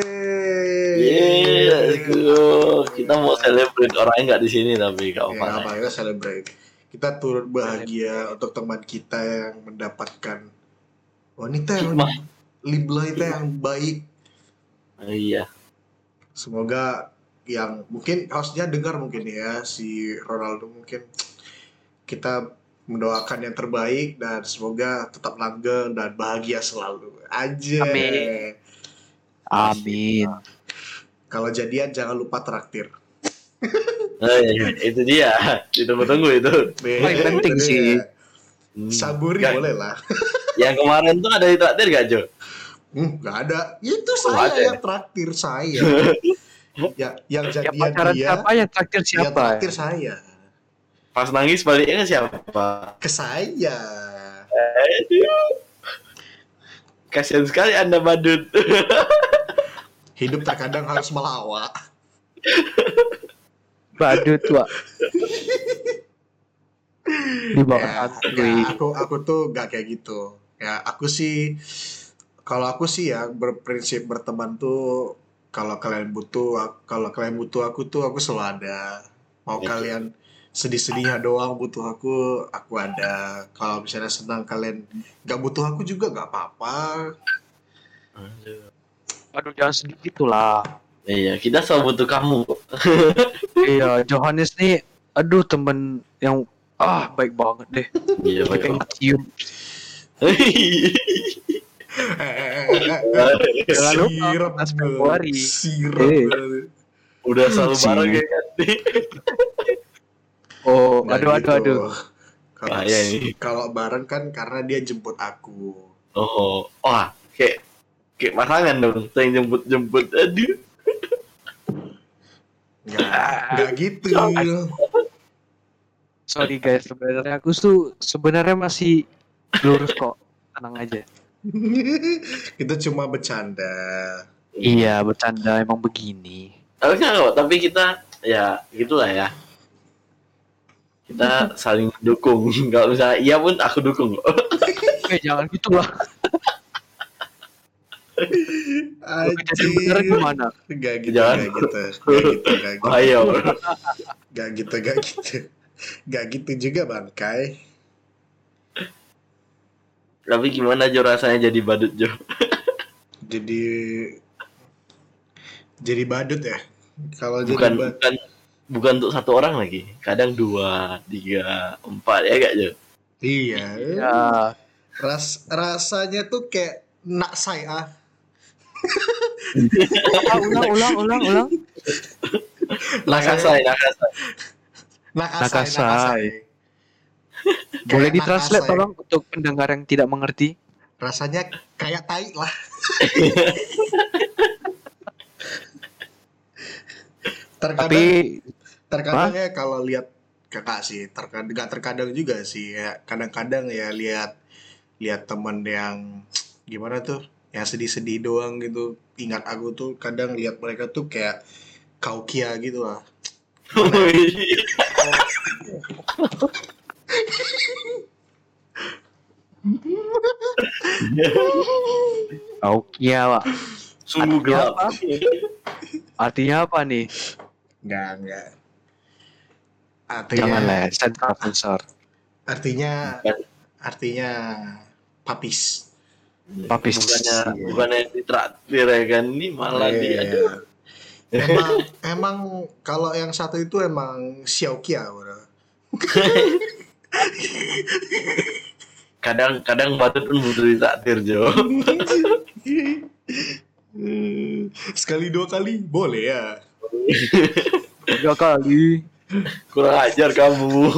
[SPEAKER 2] Yeay, let's go. Kita mau celebrate orangnya nggak di sini tapi gak
[SPEAKER 1] Ya,
[SPEAKER 2] apa-apa.
[SPEAKER 1] apa kita celebrate. Kita turut bahagia untuk teman kita yang mendapatkan wanita yang
[SPEAKER 2] Hikmah.
[SPEAKER 1] wanita yang baik.
[SPEAKER 2] Iya.
[SPEAKER 1] Semoga yang mungkin hostnya dengar mungkin ya si Ronaldo, mungkin kita mendoakan yang terbaik dan semoga tetap langgeng dan bahagia selalu aja.
[SPEAKER 3] Amin. Amin.
[SPEAKER 1] Kalau jadian jangan lupa traktir.
[SPEAKER 2] Itu dia. Ditunggu-tunggu itu.
[SPEAKER 3] Paling penting
[SPEAKER 1] Itu
[SPEAKER 3] sih.
[SPEAKER 1] dia. Saburi
[SPEAKER 2] Nggak.
[SPEAKER 1] boleh lah.
[SPEAKER 2] Yang kemarin tuh ada di traktir gak, Jo?
[SPEAKER 1] Nggak ada. Itu
[SPEAKER 2] Oh,
[SPEAKER 1] saya
[SPEAKER 2] ada.
[SPEAKER 1] yang traktir saya. Ya, yang
[SPEAKER 3] Ya
[SPEAKER 1] jadian
[SPEAKER 3] pacaran
[SPEAKER 1] dia,
[SPEAKER 3] siapa yang traktir
[SPEAKER 1] yang
[SPEAKER 3] siapa?
[SPEAKER 1] traktir saya.
[SPEAKER 2] Pas nangis baliknya ke siapa?
[SPEAKER 1] Ke saya.
[SPEAKER 2] Kasian sekali Anda badut.
[SPEAKER 1] Hidup terkadang harus melawak.
[SPEAKER 3] Badut Wak. Di bawah
[SPEAKER 1] Ya,
[SPEAKER 3] santuy.
[SPEAKER 1] aku tuh gak kayak gitu. Ya aku sih, kalau aku sih ya berprinsip berteman tuh kalau kalian butuh aku tuh aku selalu ada. Mau kalian sedih-sedihnya doang butuh aku ada. Kalau misalnya senang kalian gak butuh aku juga gak apa-apa.
[SPEAKER 3] Aduh jangan sedih gitulah.
[SPEAKER 2] Iya, kita selalu butuh kamu.
[SPEAKER 3] Iya, Johannes nih, aduh temen yang baik banget deh.
[SPEAKER 2] Iya,
[SPEAKER 3] Kayak
[SPEAKER 2] baik.
[SPEAKER 3] ngecium. Jangan lupa,
[SPEAKER 1] Sirap
[SPEAKER 3] 14 Februari.
[SPEAKER 1] Sirap
[SPEAKER 3] Eh.
[SPEAKER 2] Udah selalu
[SPEAKER 3] Si.
[SPEAKER 2] bareng ya kan?
[SPEAKER 3] Oh,
[SPEAKER 1] Nggak
[SPEAKER 3] aduh.
[SPEAKER 1] gitu. Kalau
[SPEAKER 2] Bahaya ini.
[SPEAKER 1] kalau bareng kan karena dia jemput aku.
[SPEAKER 2] Oh, wah, kayak pasangan dong, saya yang jemput. Aduh.
[SPEAKER 1] Nggak gitu.
[SPEAKER 3] Sorry guys, sebenarnya aku tuh sebenarnya masih lurus kok. Tenang aja.
[SPEAKER 1] Kita cuma bercanda.
[SPEAKER 3] Iya, bercanda emang begini.
[SPEAKER 2] Tapi enggak kok, tapi kita ya gitulah ya. Kita saling dukung. Kalau misalnya iya pun aku dukung.
[SPEAKER 3] Jangan gitulah. Kejadian bener gimana?
[SPEAKER 1] Gak gitu,
[SPEAKER 2] Jangan.
[SPEAKER 1] gak gitu, gak gitu, gak gitu,
[SPEAKER 2] Bahaya.
[SPEAKER 1] gak gitu, gak gitu, gak gitu juga bangkai.
[SPEAKER 2] Tapi gimana Jo rasanya jadi badut Jo?
[SPEAKER 1] Jadi badut ya. Kalau jadi
[SPEAKER 2] Bukan untuk satu orang lagi. Kadang 2, 3, 4 ya gak Jo?
[SPEAKER 1] iya.
[SPEAKER 3] Ya,
[SPEAKER 1] Rasanya tuh kayak nak saya.
[SPEAKER 3] ulang.
[SPEAKER 2] Nakasai.
[SPEAKER 1] Nakasai.
[SPEAKER 3] Boleh
[SPEAKER 1] Kayak
[SPEAKER 3] ditranslate
[SPEAKER 1] nakasai.
[SPEAKER 3] tolong untuk pendengar yang tidak mengerti?
[SPEAKER 1] Rasanya kayak tai lah. Terkadang ya kalau lihat kakak sih, terkadang juga sih ya, kadang-kadang ya lihat teman yang gimana tuh, yang sedih-sedih doang gitu. Ingat aku tuh kadang lihat mereka tuh kayak kaukia gitu lah.
[SPEAKER 3] Iya, Pak.
[SPEAKER 2] Sungguh gelap.
[SPEAKER 3] Artinya apa nih?
[SPEAKER 1] Enggak.
[SPEAKER 3] Janganlah, sensor sensor.
[SPEAKER 1] Artinya papis.
[SPEAKER 3] Papis.
[SPEAKER 2] Bukannya ditraktir ya kan, ini malah dia.
[SPEAKER 1] Iya. Emang kalau yang satu itu emang Xiaokia, bro.
[SPEAKER 2] Kadang badut pun butuh ditraktir Jo.
[SPEAKER 1] Sekali 2 kali boleh ya.
[SPEAKER 3] 3 kali.
[SPEAKER 2] Kurang ajar kamu.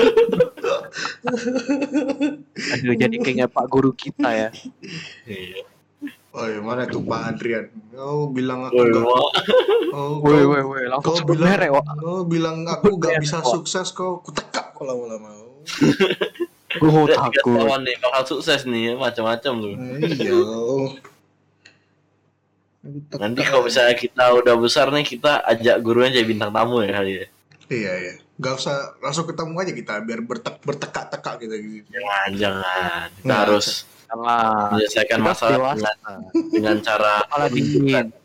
[SPEAKER 3] Aduh, jadi kayaknya Pak Guru kita ya.
[SPEAKER 2] Iya.
[SPEAKER 1] Oh, mana tuh Pak Adrian? Kau bilang aku
[SPEAKER 2] Woi,
[SPEAKER 1] gak.
[SPEAKER 2] Wak.
[SPEAKER 3] Woi, langsung
[SPEAKER 1] Kau
[SPEAKER 3] sebut
[SPEAKER 1] bilang,
[SPEAKER 3] merek, Wak.
[SPEAKER 1] kau bilang aku gak
[SPEAKER 3] Merek,
[SPEAKER 1] bisa
[SPEAKER 3] Wak.
[SPEAKER 1] sukses, kau kutekak kau lama-lama.
[SPEAKER 3] Gue
[SPEAKER 2] Lihat tiga
[SPEAKER 3] takut.
[SPEAKER 2] kawan nih bakal sukses nih, macam-macam tuh.
[SPEAKER 1] Iya.
[SPEAKER 2] Nanti kalau misalnya kita udah besar nih, kita ajak gurunya jadi bintang tamu ya kali ya.
[SPEAKER 1] Iya, iya. Gak usah langsung ketemu aja kita biar bertekak-tekak gitu gitu.
[SPEAKER 2] Jangan. Kita
[SPEAKER 1] Nggak,
[SPEAKER 2] harus
[SPEAKER 3] Jangan.
[SPEAKER 2] menyelesaikan
[SPEAKER 3] Kita harus
[SPEAKER 2] masalah
[SPEAKER 3] dewasa.
[SPEAKER 2] dengan cara
[SPEAKER 3] Kepala
[SPEAKER 2] menunjukkan.
[SPEAKER 3] dingin.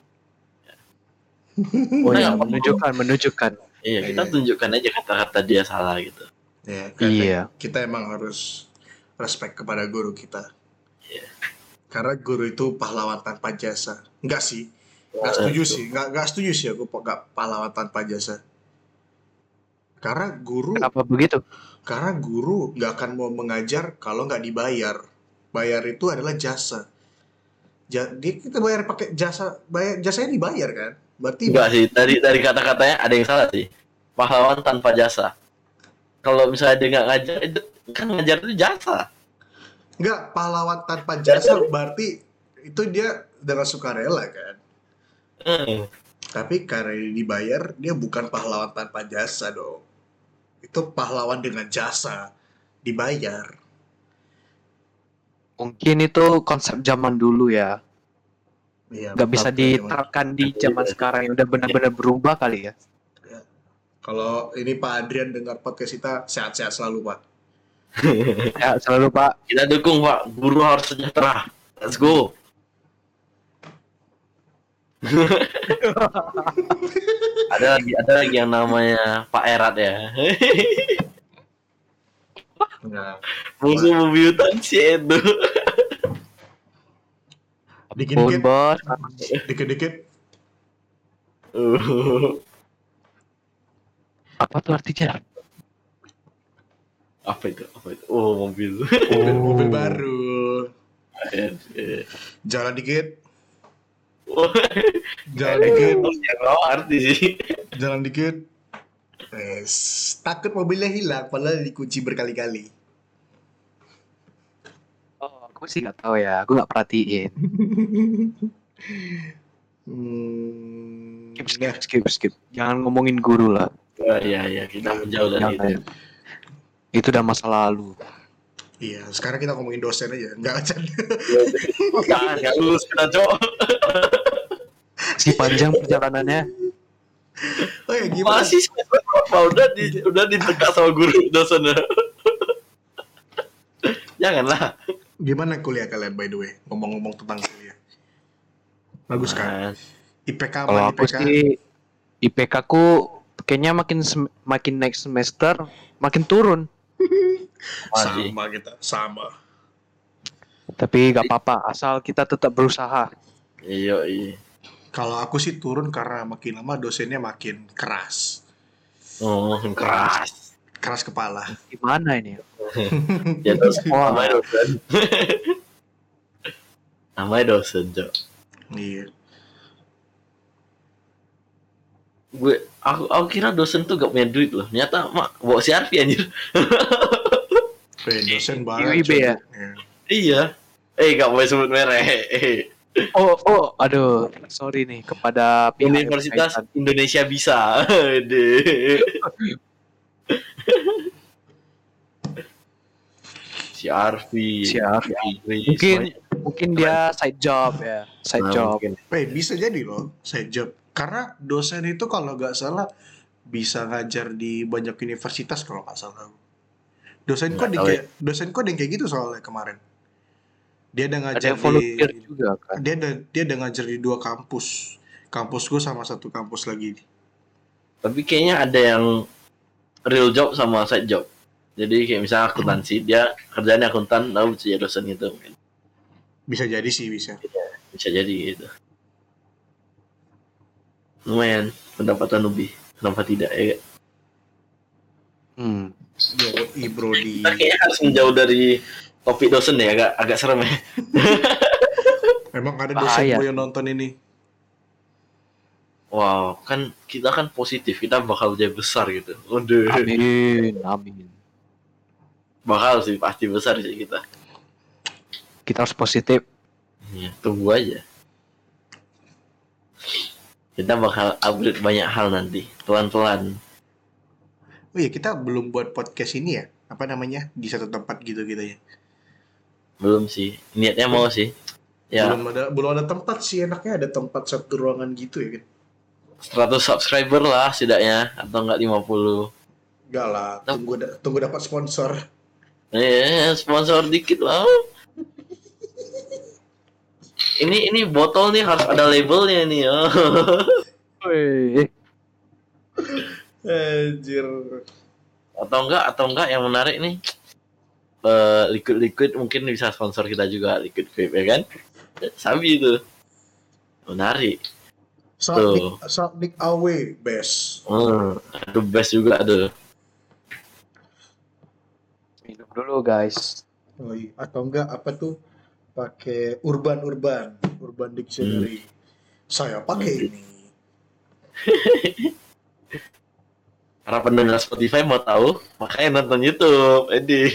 [SPEAKER 3] Oh
[SPEAKER 2] Kita
[SPEAKER 3] ya,
[SPEAKER 2] nggak perlu.
[SPEAKER 3] menunjukkan.
[SPEAKER 2] Iya, kita
[SPEAKER 1] Iya.
[SPEAKER 2] tunjukkan aja kata-kata dia salah gitu.
[SPEAKER 1] Ya,
[SPEAKER 3] Iya.
[SPEAKER 1] kita emang harus respect kepada guru kita.
[SPEAKER 2] Iya.
[SPEAKER 1] Karena guru itu pahlawan tanpa jasa. Enggak sih. Enggak setuju sih. Enggak setuju sih aku enggak pahlawan tanpa jasa. Karena guru
[SPEAKER 3] Kenapa begitu?
[SPEAKER 1] nggak akan mau mengajar kalau nggak dibayar. Bayar itu adalah jasa. Jadi kita bayar pakai jasa, bayar jasanya dibayar kan? Berarti
[SPEAKER 2] Enggak sih, dari kata-katanya ada yang salah sih. Pahlawan tanpa jasa. Kalau misalnya dia nggak ngajar, itu kan ngajar itu jasa.
[SPEAKER 1] nggak pahlawan tanpa jasa berarti itu dia dengan sukarela kan?
[SPEAKER 2] Hmm.
[SPEAKER 1] Tapi karena dibayar, dia bukan pahlawan tanpa jasa dong. Itu pahlawan dengan jasa, dibayar.
[SPEAKER 3] Mungkin itu konsep zaman dulu ya.
[SPEAKER 1] Iya,
[SPEAKER 3] Nggak bisa
[SPEAKER 1] betul, teman.
[SPEAKER 3] diterapkan di zaman sekarang yang udah benar-benar berubah kali ya.
[SPEAKER 1] Ya. Kalau ini Pak Adrian dengar podcast kita, sehat-sehat selalu Pak.
[SPEAKER 3] Ya, selalu Pak.
[SPEAKER 2] Kita dukung Pak, guru harus sejahtera. Let's go. ada lagi yang namanya Pak Erat ya.
[SPEAKER 1] Nah,
[SPEAKER 2] Musuh bebuyutan si Edo.
[SPEAKER 3] Ampun, bos.
[SPEAKER 1] dikit-dikit.
[SPEAKER 3] Apa tuh artinya?
[SPEAKER 2] Apa itu? Oh, mobil.
[SPEAKER 1] Mobil baru. Jalan dikit. Jalan dikit.
[SPEAKER 2] Yang nggak arti sih.
[SPEAKER 1] Jalan dikit. Takut mobilnya hilang, padahal dikunci berkali-kali.
[SPEAKER 3] Oh, aku sih nggak tahu ya. Aku nggak perhatiin. Skip. Jangan ngomongin guru lah.
[SPEAKER 2] Iya, kita menjauh dari itu.
[SPEAKER 3] Jangan. Itu udah masa lalu.
[SPEAKER 1] Iya, sekarang kita ngomongin dosen aja. Enggak canda.
[SPEAKER 2] Nggak lulus kita, Cok.
[SPEAKER 3] Si panjang perjalanannya.
[SPEAKER 1] Oh ya, gimana?
[SPEAKER 2] Masih udah ditegak sama guru dosennya. Janganlah.
[SPEAKER 1] Gimana kuliah kalian by the way? Ngomong-ngomong tentang kuliah. Bagus kan? IPK
[SPEAKER 3] Kalau
[SPEAKER 1] aman,
[SPEAKER 3] aku
[SPEAKER 1] IPK.
[SPEAKER 3] sih IPK ku kayaknya makin naik semester makin turun.
[SPEAKER 2] Masih.
[SPEAKER 1] Sama kita, sama.
[SPEAKER 3] Tapi nggak apa-apa, asal kita tetap berusaha.
[SPEAKER 2] Iya.
[SPEAKER 1] Kalau aku sih turun karena makin lama dosennya makin keras.
[SPEAKER 2] Oh, keras.
[SPEAKER 1] Keras kepala.
[SPEAKER 3] Gimana ini?
[SPEAKER 2] Ya dosen.
[SPEAKER 3] Wah.
[SPEAKER 2] Namanya dosen. Namanya dosen, Cok.
[SPEAKER 1] Iya.
[SPEAKER 2] Aku kira dosen tuh gak punya duit loh. Ternyata bawa si Arfi anjir.
[SPEAKER 1] Dosen banget.
[SPEAKER 3] UIB ya?
[SPEAKER 2] Iya. Gak boleh sebut merek.
[SPEAKER 3] Oh, aduh, sorry nih kepada pihak yang
[SPEAKER 2] Universitas
[SPEAKER 3] berkaitan.
[SPEAKER 2] Indonesia bisa. Si Arfi.
[SPEAKER 3] Mungkin dia side job ya, side job.
[SPEAKER 2] Mungkin.
[SPEAKER 1] Bisa jadi loh, side job. Karena dosen itu kalau nggak salah bisa ngajar di banyak universitas kalau nggak salah. Dosenku ada yang kayak gitu soalnya kemarin. Dia ada
[SPEAKER 3] Ada
[SPEAKER 1] ngajar
[SPEAKER 3] yang volunteer juga kan.
[SPEAKER 1] dia ada ngajar di 2 kampus. Kampusku sama satu kampus lagi.
[SPEAKER 2] Tapi kayaknya ada yang real job sama side job. Jadi kayak misalnya akuntansi, dia kerjanya akuntan, lalu bisa jadi dosen gitu.
[SPEAKER 1] Bisa jadi sih, bisa.
[SPEAKER 2] Bisa jadi gitu. Lumayan pendapatan lebih. Kenapa tidak ya?
[SPEAKER 1] Brody.
[SPEAKER 2] Kita kayaknya harus menjauh dari topik dosen ya, agak serem ya.
[SPEAKER 1] Memang ada
[SPEAKER 3] Bahaya.
[SPEAKER 1] dosen yang nonton ini.
[SPEAKER 2] Wow, kan kita kan positif, kita bakal jadi besar gitu. Waduh.
[SPEAKER 3] Amin.
[SPEAKER 2] Bakal sih, pasti besar sih kita.
[SPEAKER 3] Kita harus positif.
[SPEAKER 2] Ya, tunggu aja. Kita bakal upgrade banyak hal nanti, pelan-pelan.
[SPEAKER 1] Oh iya, kita belum buat podcast ini ya? Apa namanya? Di satu tempat gitu ya.
[SPEAKER 2] Belum sih, niatnya mau sih. Ya,
[SPEAKER 1] Belum ada tempat sih, enaknya ada tempat satu ruangan gitu ya kan.
[SPEAKER 2] 100 subscriber lah setidaknya, atau enggak 50.
[SPEAKER 1] Enggak lah, tunggu dapat sponsor.
[SPEAKER 2] Sponsor dikit lah. Ini botol nih harus ada labelnya nih ya.
[SPEAKER 3] Wih.
[SPEAKER 1] Anjir.
[SPEAKER 2] Atau enggak yang menarik nih. Liquid mungkin bisa sponsor kita juga, Liquid Vape ya kan? Sabi itu. Menarik.
[SPEAKER 1] Sonic AW best.
[SPEAKER 2] Itu best juga tuh.
[SPEAKER 3] Minum dulu guys.
[SPEAKER 1] Oh, iya. Atau enggak apa tuh? Pakai Urban Dictionary. Saya pakai ini.
[SPEAKER 2] Para pendengar Spotify mau tahu, makanya nonton YouTube. Edi.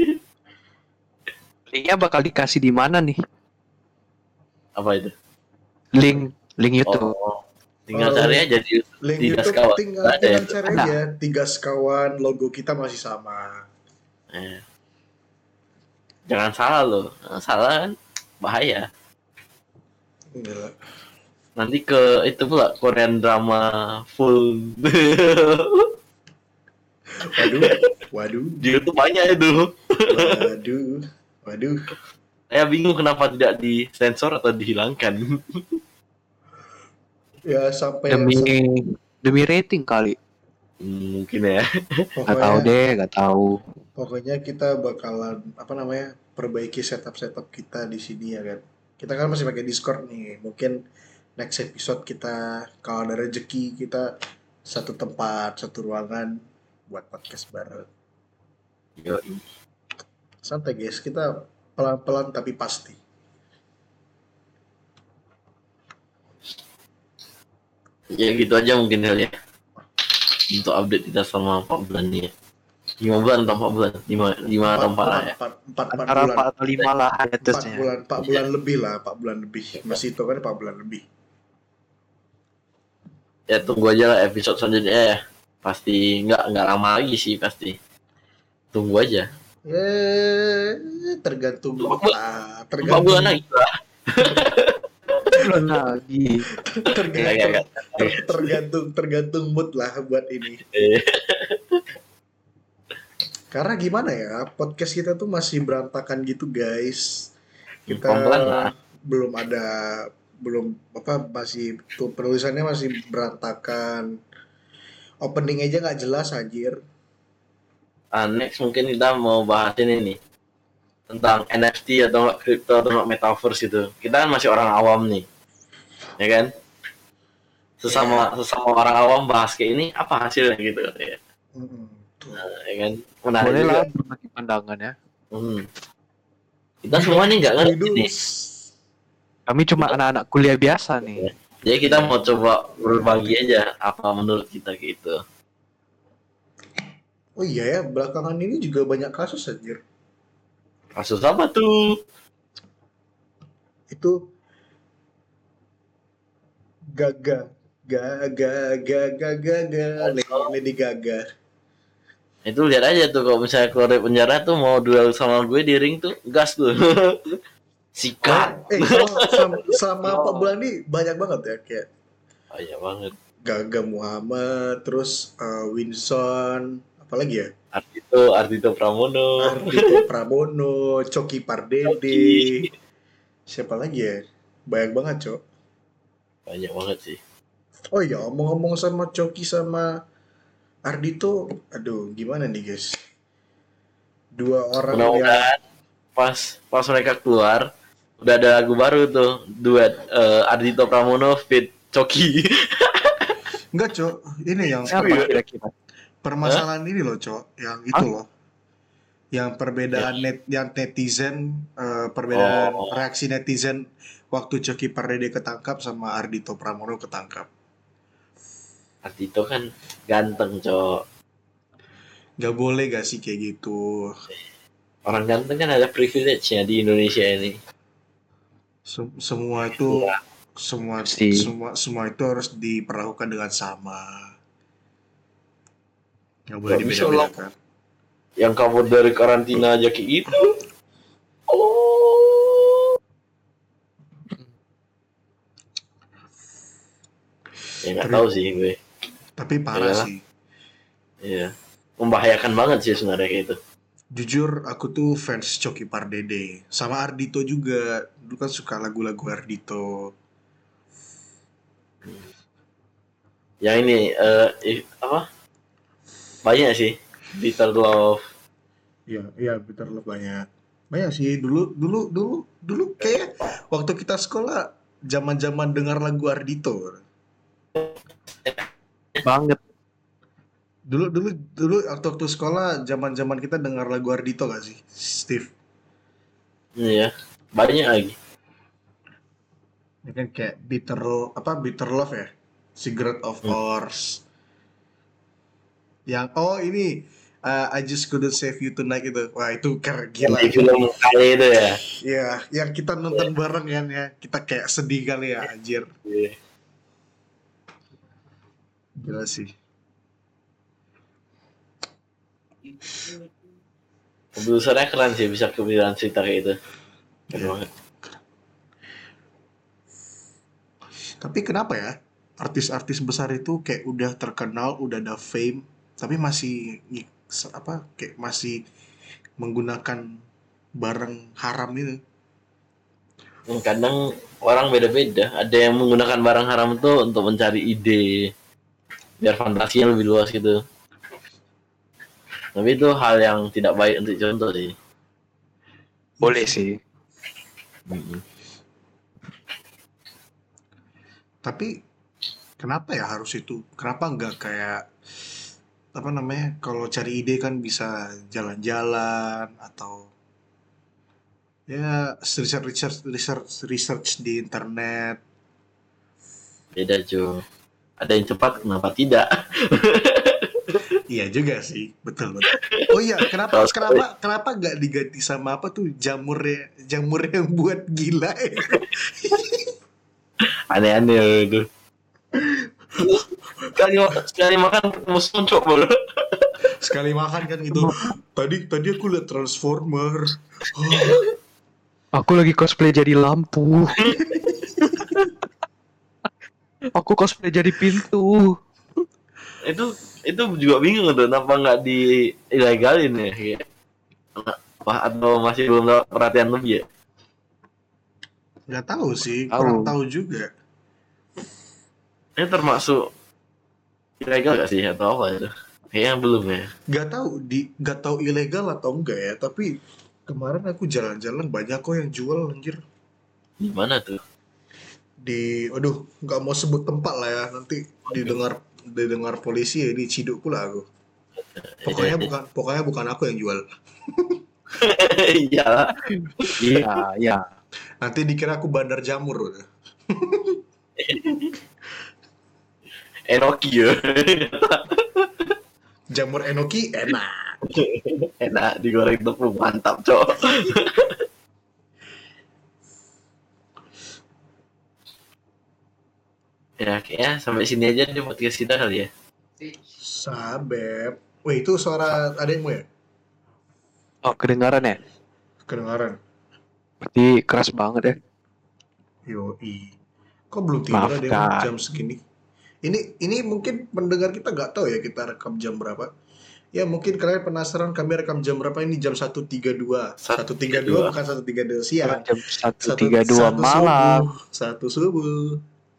[SPEAKER 3] Linknya bakal dikasih di mana nih?
[SPEAKER 2] Apa itu?
[SPEAKER 3] Link YouTube.
[SPEAKER 2] Tinggal cari aja di
[SPEAKER 1] Link
[SPEAKER 2] Tiga
[SPEAKER 1] YouTube
[SPEAKER 2] Sekawan.
[SPEAKER 1] tinggal cari aja. 3 Sekawan, logo kita masih sama.
[SPEAKER 2] Jangan salah loh. Salah kan bahaya.
[SPEAKER 1] Gila.
[SPEAKER 2] Nanti ke itu pula Korean drama full.
[SPEAKER 1] Waduh.
[SPEAKER 2] Di YouTube banyak itu.
[SPEAKER 1] Waduh.
[SPEAKER 2] Saya bingung kenapa tidak disensor atau dihilangkan.
[SPEAKER 1] Ya sampai
[SPEAKER 3] Demi rating kali.
[SPEAKER 2] Mungkin ya.
[SPEAKER 3] Gak tahu.
[SPEAKER 1] Pokoknya kita bakalan perbaiki setup kita di sini ya kan. Kita kan masih pakai Discord nih. Mungkin next episode kita kalau ada rezeki kita satu tempat, satu ruangan buat podcast bareng.
[SPEAKER 2] Yoi.
[SPEAKER 1] Santai guys, kita pelan-pelan tapi pasti.
[SPEAKER 2] Ya gitu aja mungkin kali ya. Untuk update kita selama 4 bulan nih ya. 5 bulan atau 4 bulan? 5 atau 4 lah ya.
[SPEAKER 1] 4
[SPEAKER 3] Antara
[SPEAKER 1] bulan.
[SPEAKER 3] 4 atau 5 lah atasnya.
[SPEAKER 1] 4 bulan lebih lah, 4 bulan lebih. Masih itu kan 4 bulan lebih.
[SPEAKER 2] Ya tunggu aja lah episode selanjutnya ya. Pasti nggak lama lagi sih pasti. Tunggu aja.
[SPEAKER 1] Tergantung lah.
[SPEAKER 2] 4 bulan lagi lah.
[SPEAKER 3] Belum lagi.
[SPEAKER 1] Tergantung mood lah buat ini. Karena gimana ya, podcast kita tuh masih berantakan gitu guys. Kita masih tuh penulisannya masih berantakan. Opening aja nggak jelas anjir.
[SPEAKER 2] Next mungkin kita mau bahas ini nih tentang NFT atau crypto atau metaverse gitu. Kita kan masih orang awam nih, ya kan? Sesama orang awam bahas kayak ini apa hasilnya gitu ya? Ya kan? Menarik
[SPEAKER 3] boleh
[SPEAKER 2] juga.
[SPEAKER 3] Lah berbagi pandangan ya.
[SPEAKER 2] Kita semua nih nggak ngerti nih.
[SPEAKER 3] Kami cuma anak-anak kuliah biasa nih.
[SPEAKER 2] Jadi kita mau coba berbagi aja apa menurut kita gitu.
[SPEAKER 1] Oh iya ya, belakangan ini juga banyak kasus anjir.
[SPEAKER 2] Kasus apa tuh?
[SPEAKER 1] Itu Gaga Lady Gaga.
[SPEAKER 2] Itu lihat aja tuh kalau misalnya keluar dari penjara tuh mau duel sama gue di ring tuh gas tuh. Sikat.
[SPEAKER 1] Selama 4 bulan ini banyak banget ya kayak.
[SPEAKER 2] Banyak banget.
[SPEAKER 1] Gaga Muhammad, terus Winson, apalagi ya?
[SPEAKER 2] Ardhito
[SPEAKER 1] Pramono, Coki Pardede. Siapa lagi ya? Banyak banget, Cok.
[SPEAKER 2] Banyak banget sih.
[SPEAKER 1] Oh iya, ngomong-ngomong sama Coki sama Ardhito, aduh gimana nih guys? 2 orang
[SPEAKER 2] yang pas mereka keluar udah ada lagu baru tuh, duet Ardhito Pramono feat Coki.
[SPEAKER 1] Enggak, Cok. Ini yang
[SPEAKER 3] kira-kira
[SPEAKER 1] permasalahan ini loh, Cok. Yang itu loh. Yang perbedaan netizen, perbedaan reaksi netizen waktu Coki Pardede ketangkap sama Ardhito Pramono ketangkap.
[SPEAKER 2] Ardhito kan ganteng, Cok.
[SPEAKER 1] Gak boleh gak sih kayak gitu?
[SPEAKER 2] Orang ganteng kan ada privilege-nya di Indonesia ini.
[SPEAKER 1] Semua itu semua itu harus diperlakukan dengan sama. Gak boleh dibeda-bedakan.
[SPEAKER 2] Yang kabur dari karantina aja kayak gitu. Ya nggak
[SPEAKER 1] Tapi
[SPEAKER 2] tahu sih gue.
[SPEAKER 1] tapi parah
[SPEAKER 2] Iyalah.
[SPEAKER 1] sih.
[SPEAKER 2] Iya. Membahayakan banget sih sebenarnya kayak itu.
[SPEAKER 1] Jujur aku tuh fans Coki Pardede sama Ardito juga. Dulu kan suka lagu-lagu Ardito.
[SPEAKER 2] Yang ini apa? Banyak sih. Bitter Love.
[SPEAKER 1] Iya, iya Bitter Love banyak. Banyak sih dulu kayak waktu kita sekolah zaman-zaman dengar lagu Ardito.
[SPEAKER 3] Banget.
[SPEAKER 1] Dulu waktu sekolah zaman-zaman kita dengar lagu Ardito gak sih, Steve?
[SPEAKER 2] Iya. Banyak lagi.
[SPEAKER 1] Ini kan kayak Bitter Love ya, Secret of
[SPEAKER 2] Hmm.
[SPEAKER 1] Ours. Yang ini I Just Couldn't Save You Tonight itu. Wah itu keren
[SPEAKER 2] Yang
[SPEAKER 1] gila.
[SPEAKER 2] di film kali itu ya.
[SPEAKER 1] Ya, yang kita nonton bareng kan ya. Kita kayak sedih kali ya, anjir.
[SPEAKER 2] Iya.
[SPEAKER 1] Gila sih.
[SPEAKER 2] Produsernya keren sih bisa kepikiran cerita kayak itu. Keren banget.
[SPEAKER 1] Tapi kenapa ya? Artis-artis besar itu kayak udah terkenal, udah ada fame, tapi masih kayak masih menggunakan barang haram itu.
[SPEAKER 2] Kadang orang beda-beda. Ada yang menggunakan barang haram itu untuk mencari ide, biar fantasinya lebih luas gitu. Tapi itu hal yang tidak baik untuk contoh sih.
[SPEAKER 3] Boleh sih.
[SPEAKER 2] Mm-mm.
[SPEAKER 1] Tapi kenapa ya harus itu? Kenapa nggak kayak apa namanya? Kalau cari ide kan bisa jalan-jalan atau ya research di internet.
[SPEAKER 2] Beda cuy. Ada yang cepat, kenapa tidak?
[SPEAKER 1] Iya juga sih, betul betul. Oh iya,
[SPEAKER 2] Kalau
[SPEAKER 1] kenapa nggak diganti sama apa tuh jamur yang buat gila itu?
[SPEAKER 2] aneh-aneh itu. sekali makan musuh coba.
[SPEAKER 1] Sekali makan kan gitu. Tadi aku lihat Transformer.
[SPEAKER 3] Aku lagi cosplay jadi lampu. Aku cosplay jadi pintu.
[SPEAKER 2] itu juga bingung tuh kenapa nggak di ilegalin ya kayak. Wah, atau masih belum dapat perhatian lebih ya?
[SPEAKER 1] Nggak tahu sih,
[SPEAKER 3] Tahu.
[SPEAKER 1] kurang tahu juga.
[SPEAKER 2] Ini termasuk ilegal gak sih atau apa itu? Kayaknya belum ya.
[SPEAKER 1] Nggak tahu ilegal atau enggak ya. Tapi kemarin aku jalan-jalan banyak kok yang jual anjir.
[SPEAKER 2] Di mana tuh?
[SPEAKER 1] Aduh, nggak mau sebut tempat lah ya. Nanti didengar polisi ya diciduk pula aku. Pokoknya bukan aku yang jual.
[SPEAKER 2] Iya.
[SPEAKER 3] Iya, iya.
[SPEAKER 1] Nanti dikira aku bandar jamur.
[SPEAKER 2] Enoki ya.
[SPEAKER 1] Jamur enoki enak.
[SPEAKER 2] Enak digoreng tepung mantap cok. Ya kayaknya sampai sini aja di podcast kita kali ya.
[SPEAKER 1] Sabep. Wih, itu suara adekmu ya?
[SPEAKER 3] Oh, kedengaran ya?
[SPEAKER 1] Kedengaran.
[SPEAKER 3] Berarti keras banget ya.
[SPEAKER 1] Yoi. Kok belum tidur
[SPEAKER 3] Maafkan.
[SPEAKER 1] adekmu jam segini? Ini mungkin pendengar kita nggak tahu ya kita rekam jam berapa. Ya mungkin kalian penasaran kami rekam jam berapa, ini jam 1.32. 1.32 bukan 1.32 siang.
[SPEAKER 3] Jam 1.32 malam.
[SPEAKER 1] Satu subuh.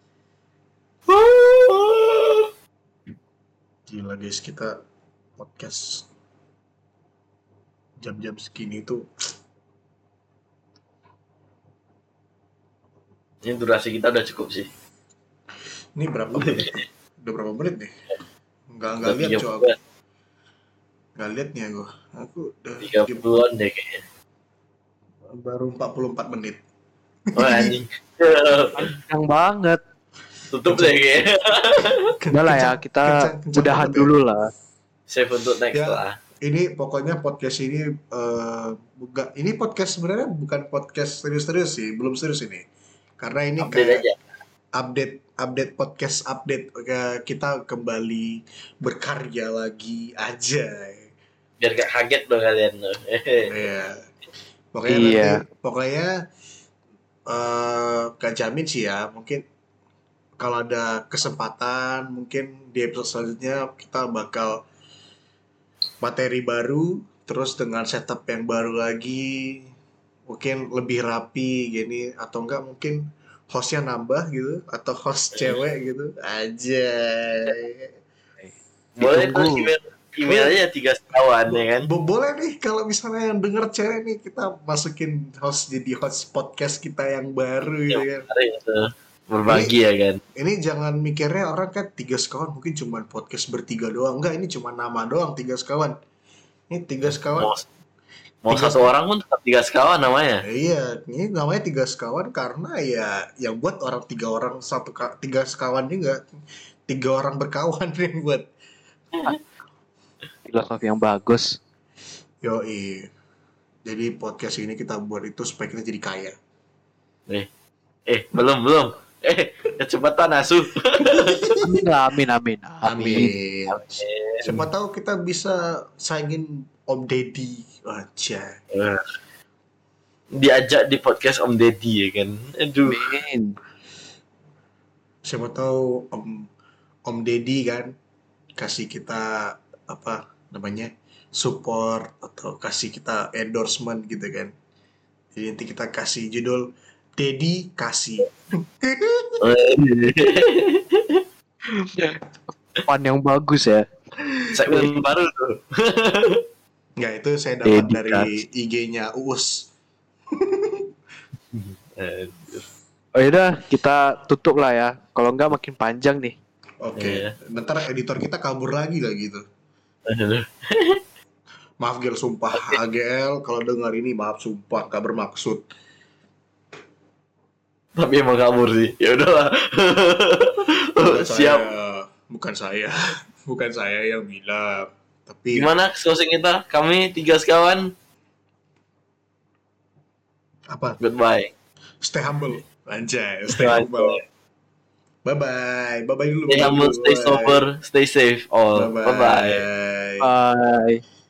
[SPEAKER 1] Gila guys, kita podcast jam-jam segini tuh.
[SPEAKER 2] Ini durasi kita udah cukup sih.
[SPEAKER 1] Ini berapa menit? Udah berapa menit nih? Nggak
[SPEAKER 2] Udah
[SPEAKER 1] lihat
[SPEAKER 2] 30-an.
[SPEAKER 1] coy. Nggak lihat nih aku udah
[SPEAKER 2] 30-an deh kayaknya.
[SPEAKER 1] baru 44 menit.
[SPEAKER 2] Wah anjing.
[SPEAKER 3] Panjang banget.
[SPEAKER 2] Tutup deh kayaknya.
[SPEAKER 3] Udah lah ya, kita
[SPEAKER 1] kencang
[SPEAKER 3] udahan
[SPEAKER 1] banget ya.
[SPEAKER 3] dulu lah.
[SPEAKER 2] Save untuk next
[SPEAKER 1] Ya.
[SPEAKER 2] lah.
[SPEAKER 1] Ini pokoknya podcast ini ini podcast sebenarnya bukan podcast serius-serius sih, belum serius ini. Karena ini
[SPEAKER 2] Update
[SPEAKER 1] kayak
[SPEAKER 2] aja.
[SPEAKER 1] update podcast update. Oke, kita kembali berkarya lagi aja.
[SPEAKER 2] Biar gak kaget dong kalian tuh.
[SPEAKER 1] Iya. Pokoknya
[SPEAKER 3] Iya.
[SPEAKER 1] nanti gak jamin sih ya, mungkin kalau ada kesempatan mungkin di episode selanjutnya kita bakal materi baru terus dengan setup yang baru lagi, mungkin lebih rapi gini, atau enggak mungkin hostnya nambah gitu atau host cewek gitu aja.
[SPEAKER 2] Boleh tuh
[SPEAKER 3] Ditunggu.
[SPEAKER 2] email aja 3 sekawan ya kan.
[SPEAKER 1] Boleh nih kalau misalnya yang denger cewek nih, kita masukin host jadi host podcast kita yang baru gitu kan.
[SPEAKER 2] Mari itu berbagi ya kan.
[SPEAKER 1] Ini jangan mikirnya orang kan tiga sekawan mungkin cuma podcast bertiga doang. Enggak, ini cuma nama doang tiga sekawan. Ini tiga sekawan.
[SPEAKER 2] Mau
[SPEAKER 1] Tiga
[SPEAKER 2] satu orang pun tetap 3 sekawan namanya.
[SPEAKER 1] Iya, ini namanya tiga sekawan karena ya yang buat orang tiga orang tiga sekawan juga, tiga orang berkawan yang buat.
[SPEAKER 3] Filosofi yang bagus.
[SPEAKER 1] Yoi. Jadi podcast ini kita buat itu supaya kita jadi kaya.
[SPEAKER 2] Belum. Kecepatan asu.
[SPEAKER 3] Amin.
[SPEAKER 1] Amin. Siapa tahu kita bisa saingin Om Deddy aja.
[SPEAKER 2] Diajak di podcast Om Deddy ya kan. Aduh.
[SPEAKER 3] Amin.
[SPEAKER 1] Siapa tahu Om Deddy kan kasih kita apa namanya support atau kasih kita endorsement gitu kan. Jadi nanti kita kasih judul Deddy kasih.
[SPEAKER 3] Fun yang bagus ya.
[SPEAKER 2] Segmen baru tuh.
[SPEAKER 1] Nggak, itu saya dapat
[SPEAKER 3] Deddy
[SPEAKER 1] dari IG-nya Uus.
[SPEAKER 3] Oh yaudah, kita tutup lah ya. Kalau enggak makin panjang nih.
[SPEAKER 1] Oke.
[SPEAKER 2] Iya.
[SPEAKER 1] Bentar editor kita kabur lagi gitu.
[SPEAKER 2] Aduh.
[SPEAKER 1] Maaf Gel, sumpah AGL kalau dengar ini maaf sumpah gak bermaksud.
[SPEAKER 2] Tapi emang kabur sih. Ya udahlah. Siap.
[SPEAKER 1] Bukan saya yang bilang. Tapi
[SPEAKER 2] Gimana closing kita? Kami 3 sekawan.
[SPEAKER 1] apa?
[SPEAKER 2] Goodbye.
[SPEAKER 1] Stay humble. Anjay, stay humble. Bye-bye. Bye-bye dulu.
[SPEAKER 2] Stay humble, stay sober, stay safe all. Bye-bye.
[SPEAKER 1] Bye-bye.
[SPEAKER 3] Bye.